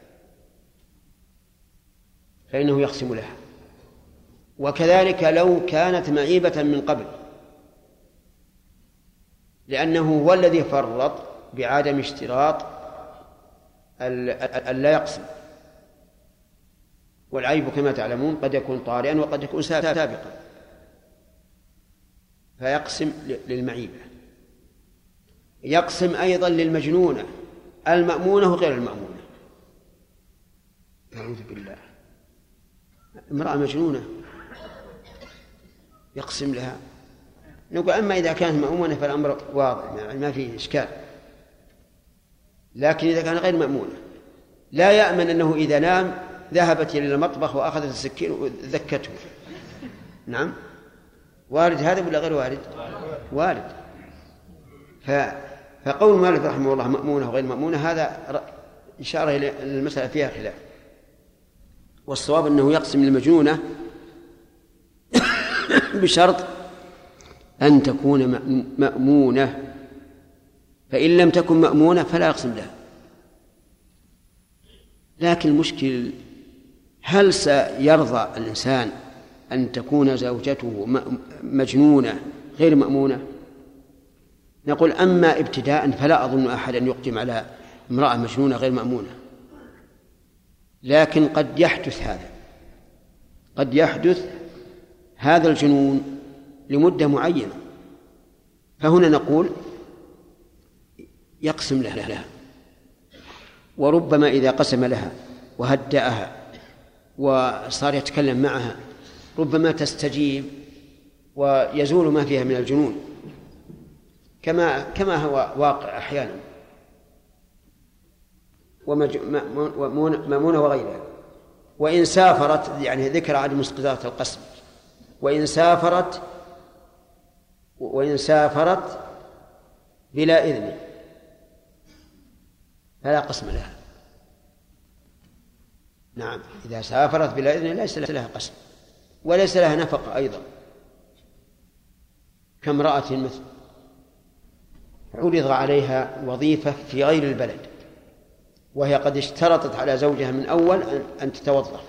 فإنه يقسم لها، وكذلك لو كانت معيبة من قبل، لأنه هو الذي فرط بعدم اشتراط أن لا يقسم، والعيب كما تعلمون قد يكون طارئا وقد يكون سابقا، فيقسم للمعيبة. يقسم أيضا للمجنونة المأمونة وغير المأمونة، أعوذ بالله، امرأة مجنونة يقسم لها، نقول أما إذا كانت مأمونة فالأمر واضح ما فيه إشكال، لكن إذا كان غير مأمونة لا يأمن أنه إذا نام ذهبت إلى المطبخ وأخذت السكين وذكته، نعم وارد هذا ولا غير وارد؟ وارد. فقول مالك رحمه الله مأمونة وغير مأمونة هذا إشارة إلى المسألة فيها خلاف، والصواب أنه يقسم للمجنونة بشرط أن تكون مأمونة، فإن لم تكن مأمونة فلا يقسم لها. لكن المشكل هل سيرضى الإنسان أن تكون زوجته مجنونة غير مأمونة؟ نقول أما ابتداء فلا أظن أحدا يقدم على امرأة مجنونة غير مأمونة، لكن قد يحدث هذا، قد يحدث هذا الجنون لمدة معينة، فهنا نقول يقسم لها, لها وربما إذا قسم لها وهدأها وصار يتكلم معها ربما تستجيب ويزول ما فيها من الجنون كما كما هو واقع أحيانا، ومأمونة وغيرها. وإن سافرت، يعني ذكر عدم مسقطات القسم، وإن سافرت وإن سافرت بلا إذن فلا قسم لها. نعم، إذا سافرت بلا إذن ليس لها قسم وليس لها نفقة أيضا، كامرأة مثل عرض عليها وظيفة في غير البلد وهي قد اشترطت على زوجها من أول أن تتوظف،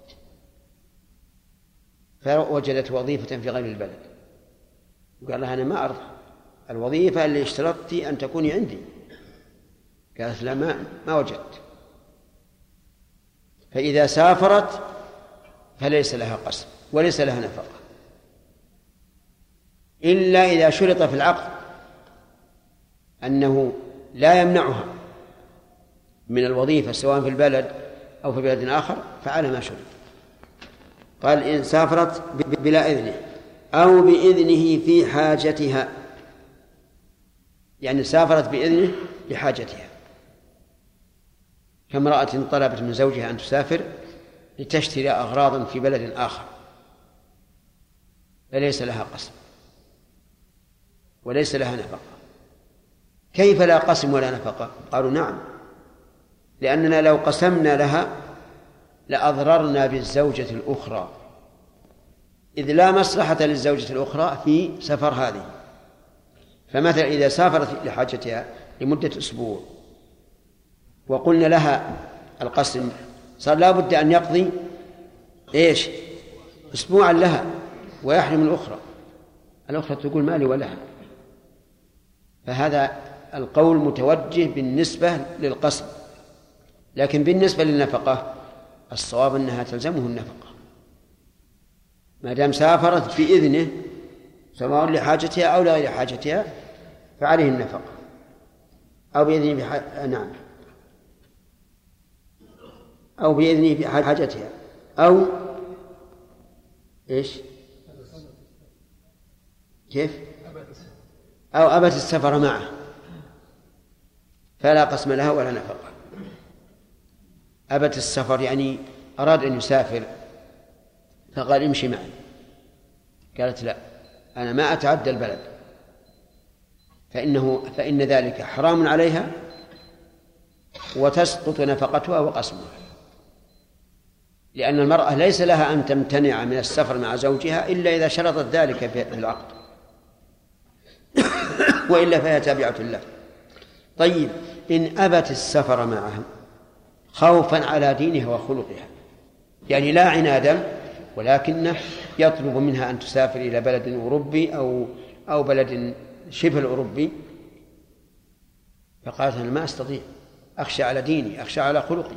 فوجدت وظيفة في غير البلد وقال لها أنا ما أرضى الوظيفة اللي اشترطت أن تكوني عندي، قالت لا ما, ما وجدت. فإذا سافرت فليس لها قسم وليس لها نفقة، إلا إذا شرط في العقد أنه لا يمنعها من الوظيفة سواء في البلد أو في بلد آخر فعلى ما شرط. قال إن سافرت بلا إذنه أو بإذنه في حاجتها، يعني سافرت بإذنه لحاجتها، كامرأة طلبت من زوجها أن تسافر لتشتري أغراضا في بلد آخر فليس لها قسم وليس لها نفقة. كيف لا قسم ولا نفقة؟ قالوا نعم، لأننا لو قسمنا لها لأضررنا بالزوجة الأخرى، إذ لا مصلحة للزوجة الأخرى في سفر هذه. فمثلا إذا سافرت لحاجتها لمدة أسبوع وقلنا لها القسم، صار لا بد أن يقضي إيش أسبوعا لها ويحرم الأخرى، الأخرى تقول مالي ولها. فهذا القول متوجه بالنسبة للقسم، لكن بالنسبة للنفقة الصواب أنها تلزمه النفقة ما دام سافرت بإذنه سواء لحاجتها أو لغير حاجتها فعليه النفقة، أو بإذنه بح... نعم أو بإذنه في حاجتها أو إيش كيف أو أبت السفر معه فلا قسم لها ولا نفقة. أبت السفر يعني أراد أن يسافر فقال امشي معي، قالت لا أنا ما أتعدى البلد، فإنه فإن ذلك حرام عليها وتسقط نفقتها وقسمها، لأن المرأة ليس لها أن تمتنع من السفر مع زوجها إلا إذا شرطت ذلك في العقد وإلا فهي تابعة له. طيب إن أبت السفر معها خوفا على دينها وخلقها، يعني لا عنادا ولكنه يطلب منها أن تسافر إلى بلد أوروبي أو أو بلد شبه الأوروبي، فقالت أنا ما أستطيع، أخشى على ديني، أخشى على خلقي،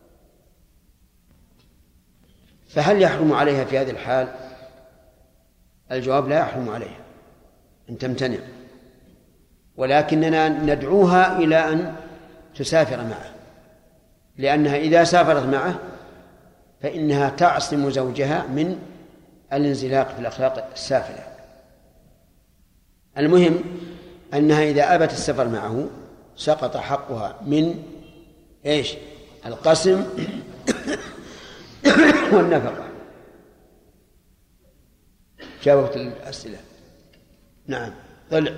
فهل يحرم عليها في هذه الحال؟ الجواب لا يحرم عليها أن تمتنع، ولكننا ندعوها إلى أن تسافر معه، لأنها إذا سافرت معه فإنها تعصم زوجها من الانزلاق في الأخلاق السافلة. المهم أنها إذا أبت السفر معه سقط حقها من إيش القسم والنفقة. جاوبت الأسئلة. نعم طلع.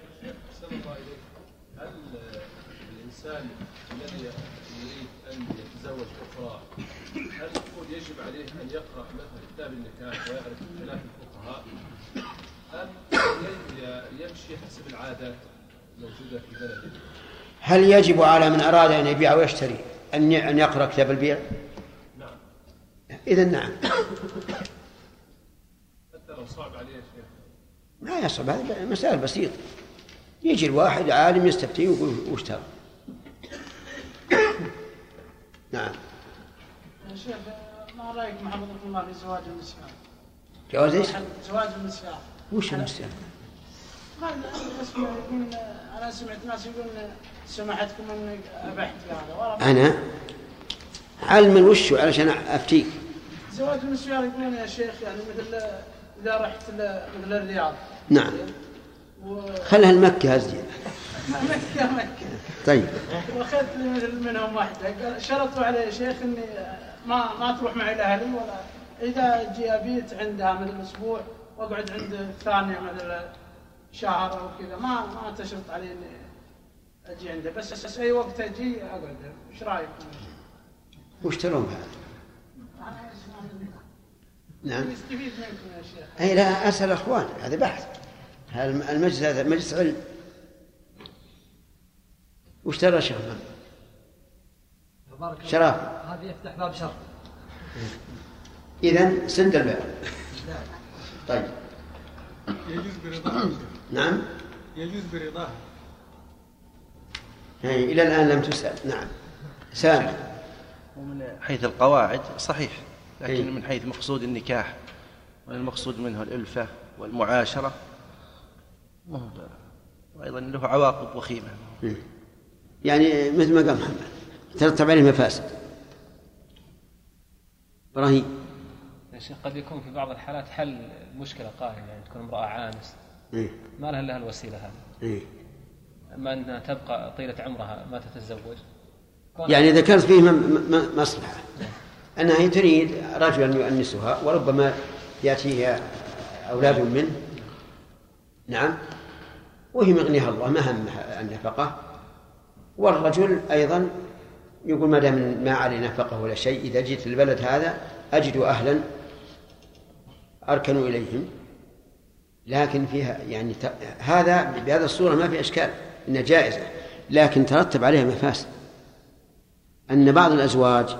هل الإنسان الذي يريد أن يتزوج أخرى هل يقول يجب عليه أن يقرأ مثلا كتاب النكاح ويعرف خلاف الفقهاء، أم يمشي حسب العادات الموجودة في بلده؟ هل يجب على من أراد أن يبيع ويشتري أن أن يقرأ كتاب البيع؟ نعم. إذن نعم. حتى لو صعب عليه شيء ما يصعب، هذه مسائل بسيطة، يجي الواحد عالم يستفتيه ويقول واشترى. نعم. يا شيخ ما رأيك محمد الله في زواج النساء؟ جواز ايش؟ زواج النساء. وش النساء؟ قال اسمع يقول أنا سمعت ناس يقولون سمحتكم أن أبحت هذا. أنا علما وشه علشان أفتيك. زواج النساء يقولون يا شيخ يعني مثل إذا رحت مثل الرياض. نعم. و... خلها المكة أزين. مكة مكة. طيب. وأخذت لي مثل منهم واحدة قال شرطوا علي يا شيخ إني ما ما تروح معي لأهلي ولا إذا جي أبيت عندها مثل أسبوع وأقعد عند الثانية مثل شهر أو كذا ما ما تشرط علي إني أجي عنده بس, بس أي وقت أجي أقعد. إيش رأيكم؟ وش ترون هذا؟ نعم. يستفيد منكم يا شيخ. أي لا أسأل أخوان هذا بحث. هذا المجلس هذا مجلس علم. وش ترى شيخ محمد؟ شراب. هذا يفتح باب شر. إذن سند الباب. طيب. يجوز برضاه. نعم. يجوز برضاه. يعني إلى الآن لم تسأل. نعم. سامع. ومن حيث القواعد صحيح، لكن إيه؟ من حيث مقصود النكاح والمقصود منه الألفة والمعاشرة وأيضا له عواقب وخيمة. إيه؟ يعني مثل ما قال محمد ترتب عليه مفاسد. إبراهيم. يا شيخ قد يكون في بعض الحالات حل مشكلة قائمة، يعني تكون امرأة عانس إيه؟ ما لها إلا الوسيلة هذه. إيه؟ أما أنها تبقى طيلة عمرها ما تتزوج. يعني ذكرت فيه مصلحة أنها هي تريد رجلا يؤنسها وربما يأتيها أولاد منه. نعم. وهي مغنيها الله ما همها النفقة، والرجل أيضا يقول ما دام ما علي نفقة ولا شيء إذا جئت البلد هذا أجد أهلا أركن إليهم. لكن فيها يعني هذا بهذا الصورة ما في إشكال إنها جائزة، لكن ترتب عليها مفاسد. أن بعض الأزواج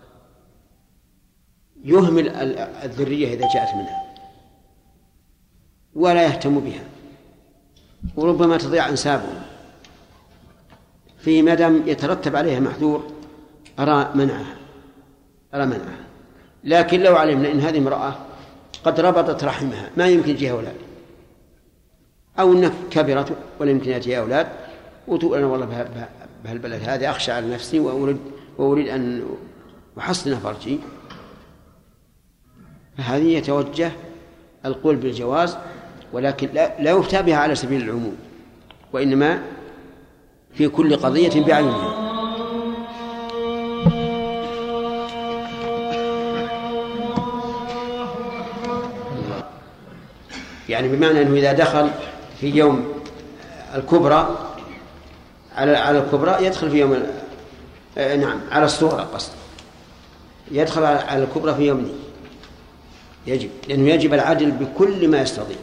يهمل الذرية إذا جاءت منها ولا يهتم بها، وربما تضيع أنسابهم. في مدام يترتب عليها محذور أرى منعها أرى منعها. لكن لو علمنا إن هذه امرأة قد ربطت رحمها ما يمكن يجيها أولاد، أو أنها كبرت ولا يمكن يجيها أولاد، وتقول أنا والله بهالبلد هذا أخشى على نفسي وأريد, وأريد أن أحصن فرجي، فهذه يتوجه القول بالجواز، ولكن لا, لا يفتى بها على سبيل العموم، وإنما في كل قضية بعينها. يعني بمعنى أنه إذا دخل في يوم الكبرى على على الكبرى يدخل في يوم نعم على الصغرى قصد يدخل على الكبرى في يوم يجب، لأنه يجب العدل بكل ما يستطيع.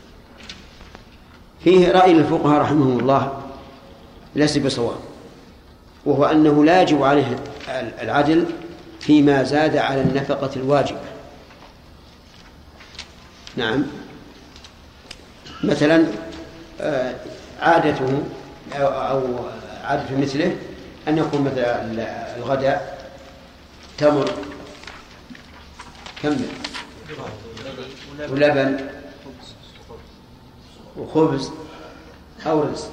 فيه رأي للفقهاء رحمهم الله ليس بصواب، وهو أنه لا يجب عليه العدل فيما زاد على النفقة الواجبة. نعم. مثلا عادته أو عادة مثله أن يكون مثلا الغداء تمر كمل ولبن وخبز أو رز،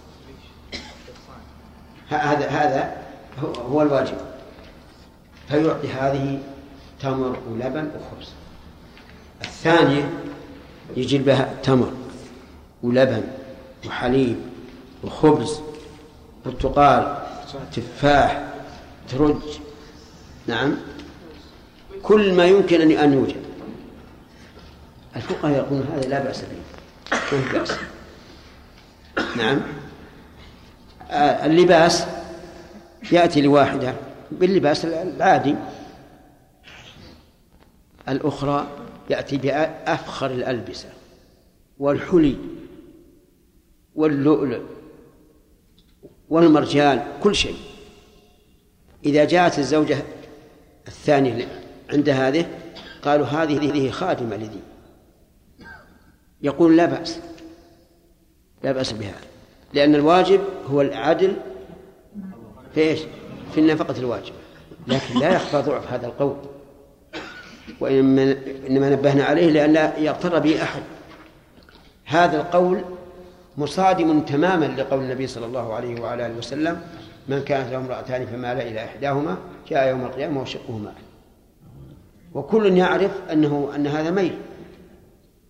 هذا هذا هو الواجب، فيعطي هذه تمر ولبن وخبز. الثانية يجي بها تمر ولبن وحليب وخبز برتقال تفاح ترج، نعم، كل ما يمكن أن يوجد. الفقهاء يقولون هذا لا بأس به، ما بأس. نعم. اللباس يأتي لواحدة باللباس العادي، الأخرى يأتي بأفخر الألبسة والحلي واللؤلؤ والمرجان كل شيء. إذا جاءت الزوجة الثانية عند هذه قالوا هذه خادمة لذي، يقول لا بأس لا بأس بها، لأن الواجب هو العدل في إيش؟ في النفقة الواجب. لكن لا يخفى ضعف هذا القول، وإنما نبهنا عليه لأن لا يغتر به أحد. هذا القول مصادم تماما لقول النبي صلى الله عليه وعلى آله وسلم: من كانت له امرأتان فمال إلى إحداهما جاء يوم القيامة وشقه معه. وكل يعرف أنه أن هذا ميل،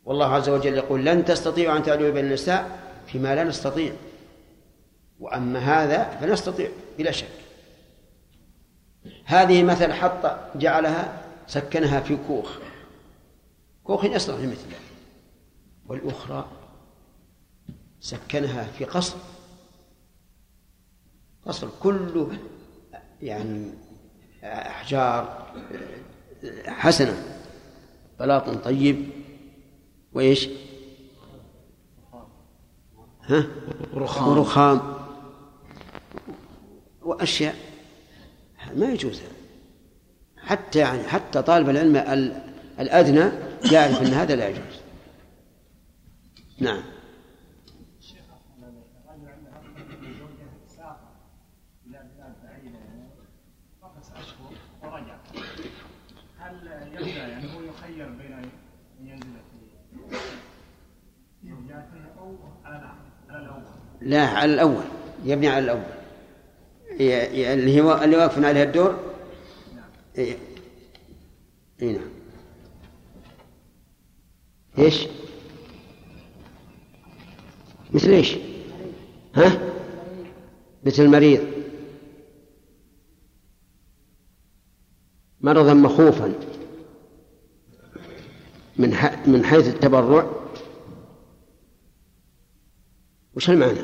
والله عز وجل يقول لن تستطيعوا أن تعدلوا بين النساء فيما لا نستطيع، وأما هذا فنستطيع بلا شك. هذه مثل حط جعلها سكنها في كوخ كوخ يصلح لمثله، والأخرى سكنها في قصر قصر كله يعني أحجار حسنة، بلاط طيب، وإيش ها رخام, ورخام وأشياء ما يجوز. حتى يعني حتى طالب العلم الأدنى يعرف أن هذا لا يجوز. نعم. هل يبدأ يعني هو يخير بين أن ينزل في زوجاته أو على الأول؟ لا، على الأول، يبني على الأول اللي هو اللي واقفين عليه الدور. اي نعم. ايش مثل ايش ها مثل المريض مرضا مخوفا من من حيث التبرع. وش المعنى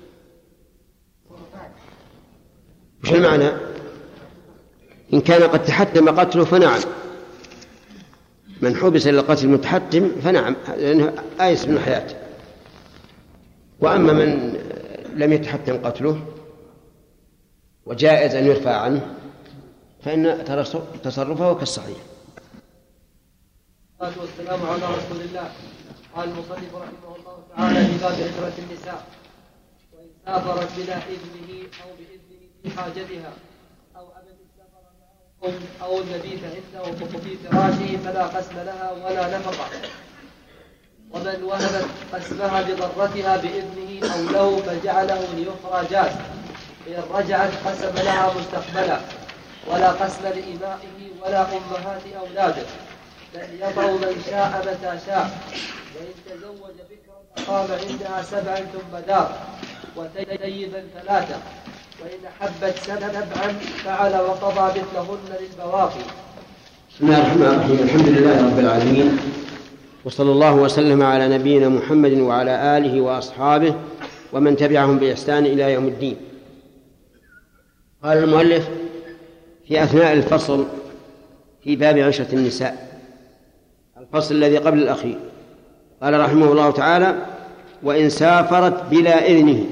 وش المعنى إن كان قد تحتم قتله فنعم، من حبس للقتل المتحتم فنعم، لأنه آيس من حياته. وأما من لم يتحتم قتله وجائز أن يرفع عنه فإن تصرفه كالصحيح. والصلاة والسلام على رسول الله. قال المصنف رحمه الله تعالى في باب عترة النساء: وإن سافرت بلا إذنه أو بإذنه في حاجتها أو أبت السفر معه أو المبيت عنده في فراشه فلا قسم لها ولا نفقة. ومن وهبت قسمها بضرتها بإذنه أو له فجعله ليخرى جاز، فإن رجعت قسم لها مستقبلا، ولا قسم لإمائه ولا أمهات أولاده، بل يطع من شاء متى شاء. وإن تزوج بكرا أقام عندها سبعا ثم دار، وتيبا ثلاثة. وإن أحبت سبعا فعل وقضى مثلهن للبواقي. بسم الله الرحمن الرحيم. الحمد لله رب العالمين، وصلى الله وسلم على نبينا محمد وعلى آله وأصحابه ومن تبعهم بإحسان إلى يوم الدين. قال المؤلف في أثناء الفصل في باب عشرة النساء، الفصل الذي قبل الأخير، قال رحمه الله تعالى: وإن سافرت بلا إذنه،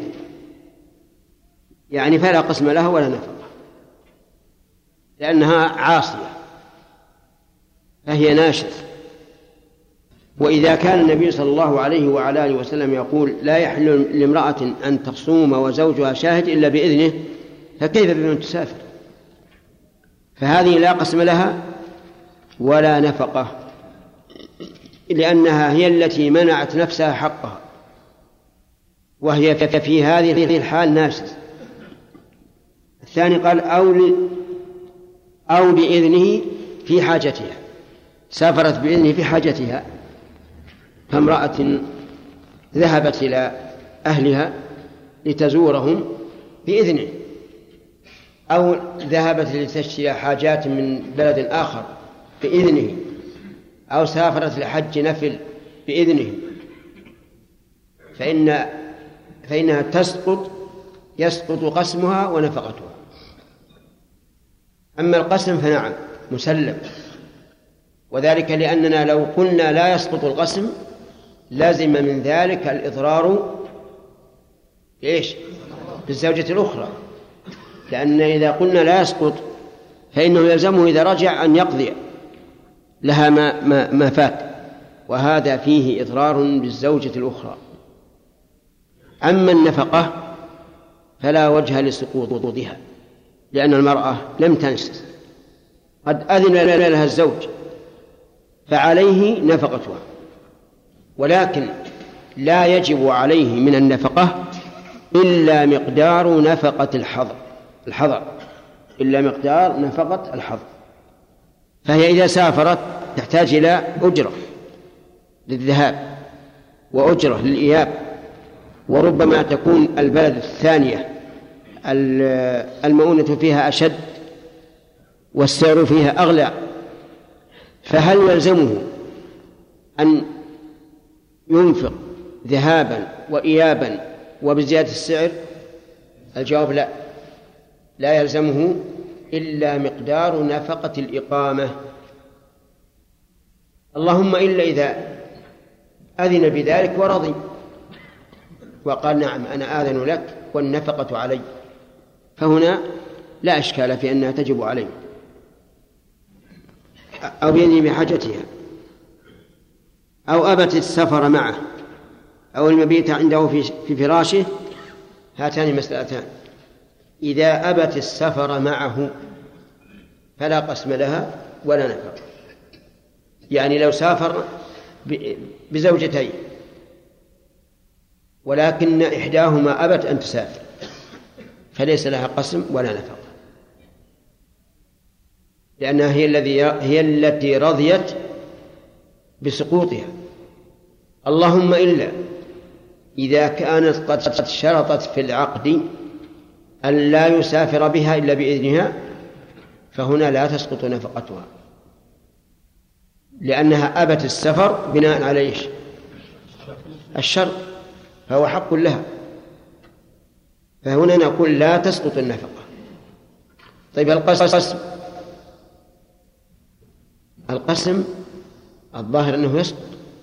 يعني فلا قسم لها ولا نفقة، لأنها عاصية فهي ناشز. وإذا كان النبي صلى الله عليه وعلى آله وسلم يقول: لا يحل لامرأة أن تصوم وزوجها شاهد إلا بإذنه، فكيف بمن تسافر؟ فهذه لا قسم لها ولا نفقة، لأنها هي التي منعت نفسها حقها، وهي في هذه الحال ناشز. الثاني قال: أو أو بإذنه في حاجتها، سافرت بإذنه في حاجتها، فامرأة ذهبت إلى أهلها لتزورهم بإذنه، أو ذهبت لتشتري حاجات من بلد آخر بإذنه، أو سافرت لحج نفل بإذنه، فإن فإنها تسقط يسقط قسمها ونفقتها. أما القسم فنعم مسلم، وذلك لأننا لو قلنا لا يسقط القسم لازم من ذلك الإضرار بإيش؟ بالزوجة الأخرى، لأن إذا قلنا لا يسقط فإنه يلزمه إذا رجع أن يقضي لها ما, ما, ما فات، وهذا فيه إضرار بالزوجة الأخرى. أما النفقة فلا وجه لسقوطها، لأن المرأة لم تنسس، قد أذن لها الزوج فعليه نفقتها، ولكن لا يجب عليه من النفقة إلا مقدار نفقة الحظر الحظر إلا مقدار نفقة الحظر. فهي إذا سافرت تحتاج إلى أجرة، للذهاب وأجرة للإياب، وربما تكون البلد الثانية المؤونة فيها أشد والسعر فيها أغلى، فهل يلزمه أن ينفق ذهابا وإيابا وبزيادة السعر؟ الجواب لا، لا يلزمه إلا مقدار نفقة الإقامة، اللهم إلا إذا أذن بذلك ورضي وقال نعم أنا آذن لك والنفقة علي، فهنا لا إشكال في أنها تجب عليه، أو ينهي بحاجتها، أو أبت السفر معه، أو المبيت عنده في فراشه. هاتان مسألتان: إذا أبت السفر معه فلا قسم لها ولا نفقة، يعني لو سافر بزوجتين ولكن إحداهما أبت أن تسافر فليس لها قسم ولا نفقة، لأنها هي الذي هي التي رضيت بسقوطها، اللهم إلا إذا كانت قد شرطت في العقد أن لا يسافر بها إلا بإذنها، فهنا لا تسقط نفقتها، لأنها أبت السفر بناء على إيش؟ الشرط، فهو حق لها، فهنا نقول لا تسقط النفقة. طيب القسم، القسم الظاهر أنه يسقط،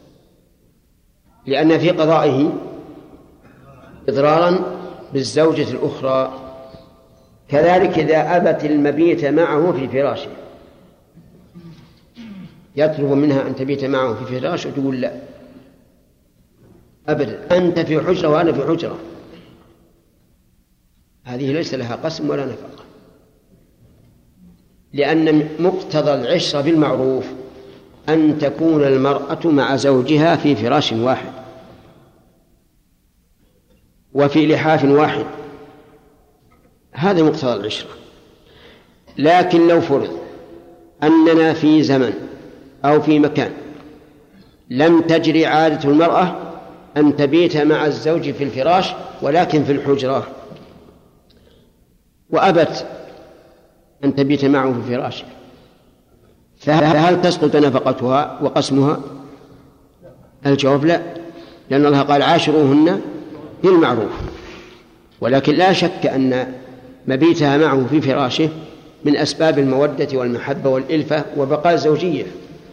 لأن في قضائه إضرارا بالزوجة الأخرى. كذلك إذا أبت المبيت معه في فراشه، يطلب منها أن تبيت معه في فراشه وتقول لا أبدا، أنت في حجرة وأنا في حجرة، هذه ليس لها قسم ولا نفقة، لأن مقتضى العشرة بالمعروف أن تكون المرأة مع زوجها في فراش واحد وفي لحاف واحد، هذا مقتضى العشرة. لكن لو فرض أننا في زمن أو في مكان لم تجري عادة المرأة أن تبيت مع الزوج في الفراش ولكن في الحجرة، وأبت أن تبيت معه في الفراش، فهل تسقط نفقتها وقسمها؟ الجواب لا، لأن الله قال عاشروهن بالمعروف، ولكن لا شك أن مبيتها معه في فراشه من أسباب المودة والمحبة والإلفة وبقاء الزوجية.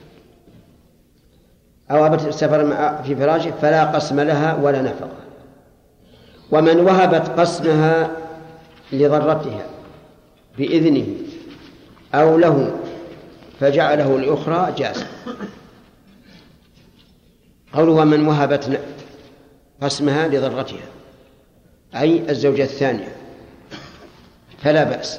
أو أبت السفر في فراشه فلا قسم لها ولا نفقة. ومن وهبت قسمها لضرتها بإذنه أو له فجعله لأخرى جاز. قوله ومن وهبت قسمها لضرتها أي الزوجة الثانية فلا بأس.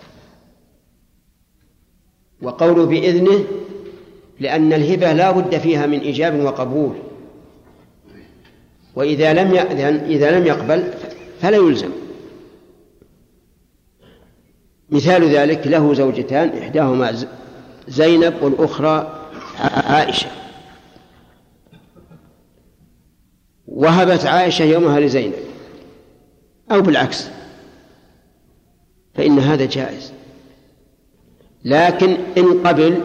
وقوله بإذنه لأن الهبة لا بد فيها من إيجاب وقبول، وإذا لم يأذن إذا لم يقبل فلا يلزم. مثال ذلك له زوجتان إحداهما زينب والأخرى عائشة، وهبت عائشة يومها لزينب أو بالعكس، فإن هذا جائز. لكن إن قبل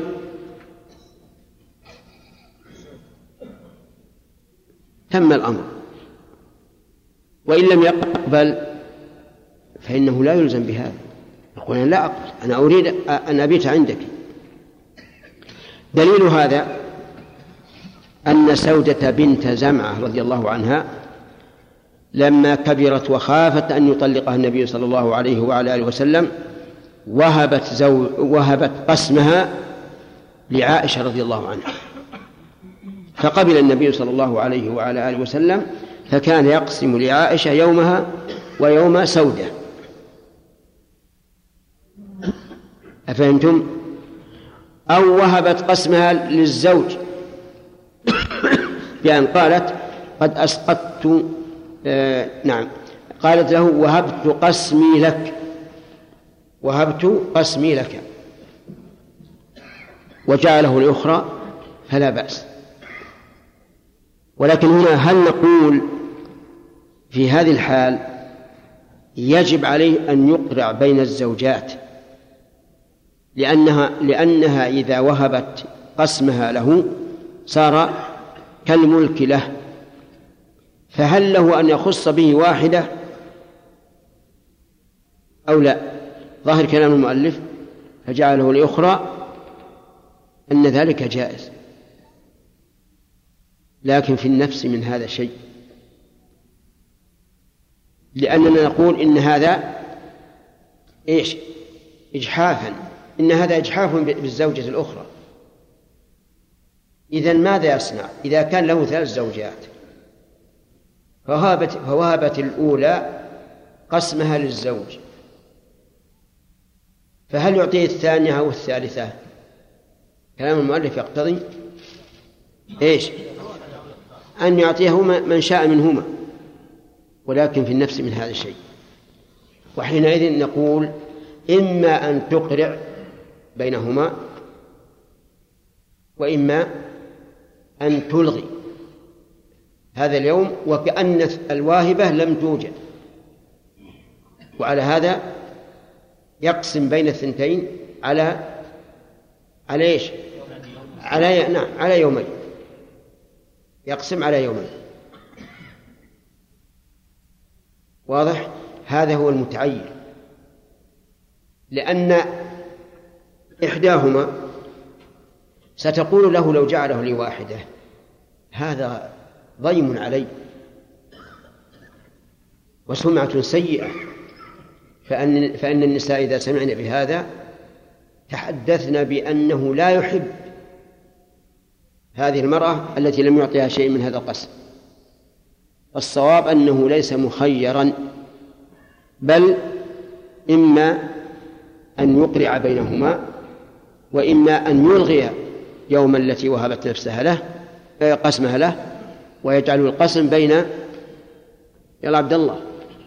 تم الأمر، وإن لم يقبل فإنه لا يلزم بهذا، يقول أنا لا أقبل، أنا أريد أن أبيت عندك. دليل هذا أن سودة بنت زمعة رضي الله عنها لما كبرت وخافت أن يطلقها النبي صلى الله عليه وعلى آله وسلم وهبت, زو... وهبت قسمها لعائشة رضي الله عنها، فقبل النبي صلى الله عليه وعلى آله وسلم، فكان يقسم لعائشة يومها ويوم سودة. أفهمتم؟ أو وهبت قسمها للزوج بأن قالت قد أسقطت آه نعم قالت له وهبت قسمي لك، وهبت قسمي لك، وجعله لأخرى فلا بأس. ولكن هنا هل نقول في هذه الحال يجب عليه أن يقرع بين الزوجات لأنها, لأنها إذا وهبت قسمها له صار كالملك له، فهل له أن يخص به واحدة أو لا؟ ظاهر كلام المؤلف فجعله لأخرى أن ذلك جائز، لكن في النفس من هذا شيء، لأننا نقول إن هذا إيش؟ إجحافا، إن هذا إجحاف بالزوجة الأخرى. إذن ماذا يصنع إذا كان له ثلاث زوجات فوهبت, فوهبت الأولى قسمها للزوج، فهل يعطيه الثانية أو الثالثة؟ كلام المؤلف يقتضي إيش؟ أن يعطيه من شاء منهما، ولكن في النفس من هذا الشيء. وحينئذ نقول إما أن تقرع بينهما وإما أن تلغي هذا اليوم وكأن الواهبة لم توجد، وعلى هذا يقسم بين الثنتين على على إيش؟ على نعم على يومين، يقسم على يومين. واضح؟ هذا هو المتعين، لأن إحداهما ستقول له لو جعله لي واحدة هذا ضيم علي وسمعة سيئة، فأن, فأن النساء إذا سمعن بهذا تحدثن بأنه لا يحب هذه المرأة التي لم يعطيها شيء من هذا القسم. الصواب أنه ليس مخيرا، بل إما أن يقرع بينهما وإما أن يلغي يوم التي وهبت نفسها له قسمها له ويجعل القسم بين يا عبد الله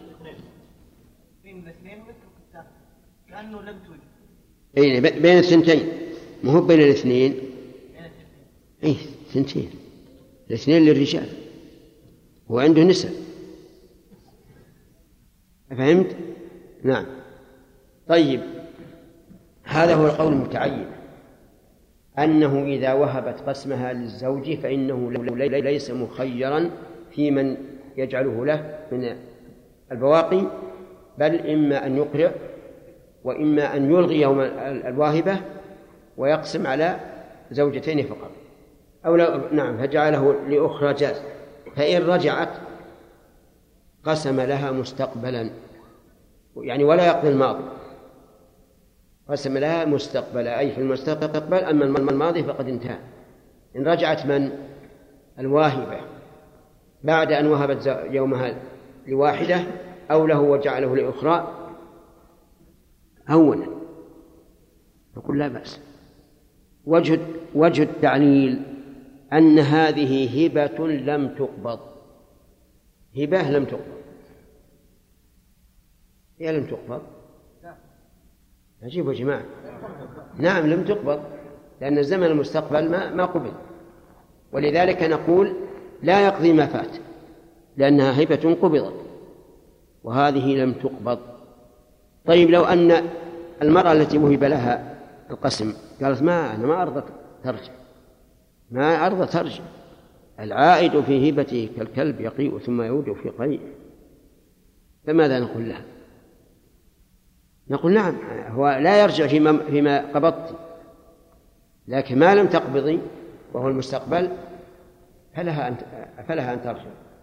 إيه بين الثنتين، ما هو بين الاثنين، إيه ثنتين، الاثنين للرجال وعنده نساء، فهمت؟ نعم. طيب، هذا هو القول المتعين، أنه إذا وهبت قسمها للزوج فإنه ليس مخيرا في من يجعله له من البواقي، بل إما أن يقرع وإما أن يلغي يوم الواهبة ويقسم على زوجتين فقط، أو لو نعم فجعله لأخرى جاز. فإن رجعت قسم لها مستقبلا، يعني ولا يقضي الماضي، قسم لها مستقبلا أي في المستقبل، أما الماضي فقد انتهى. إن رجعت من الواهبة بعد أن وهبت يومها لواحدة أو له وجعله لأخرى أولا نقول لا بأس. وجه وجه التعليل أن هذه هبة لم تقبض، هبة لم تقبض، هي لم تقبض. عجيب يا جماعة، نعم لم تقبض، لأن الزمن المستقبل ما ما قبل، ولذلك نقول لا يقضي ما فات لأنها هبة قبضت وهذه لم تقبض. طيب، لو أن المرأة التي وهب لها القسم قالت ما أنا ما أرضى ترجع، ما أرضى ترجع، العائد في هبته كالكلب يقيء ثم يعود في قيء، فماذا نقول لها؟ نقول نعم هو لا يرجع فيما, فيما قبضت، لكن ما لم تقبضي وهو المستقبل فلها أن, فلها أن ترجع.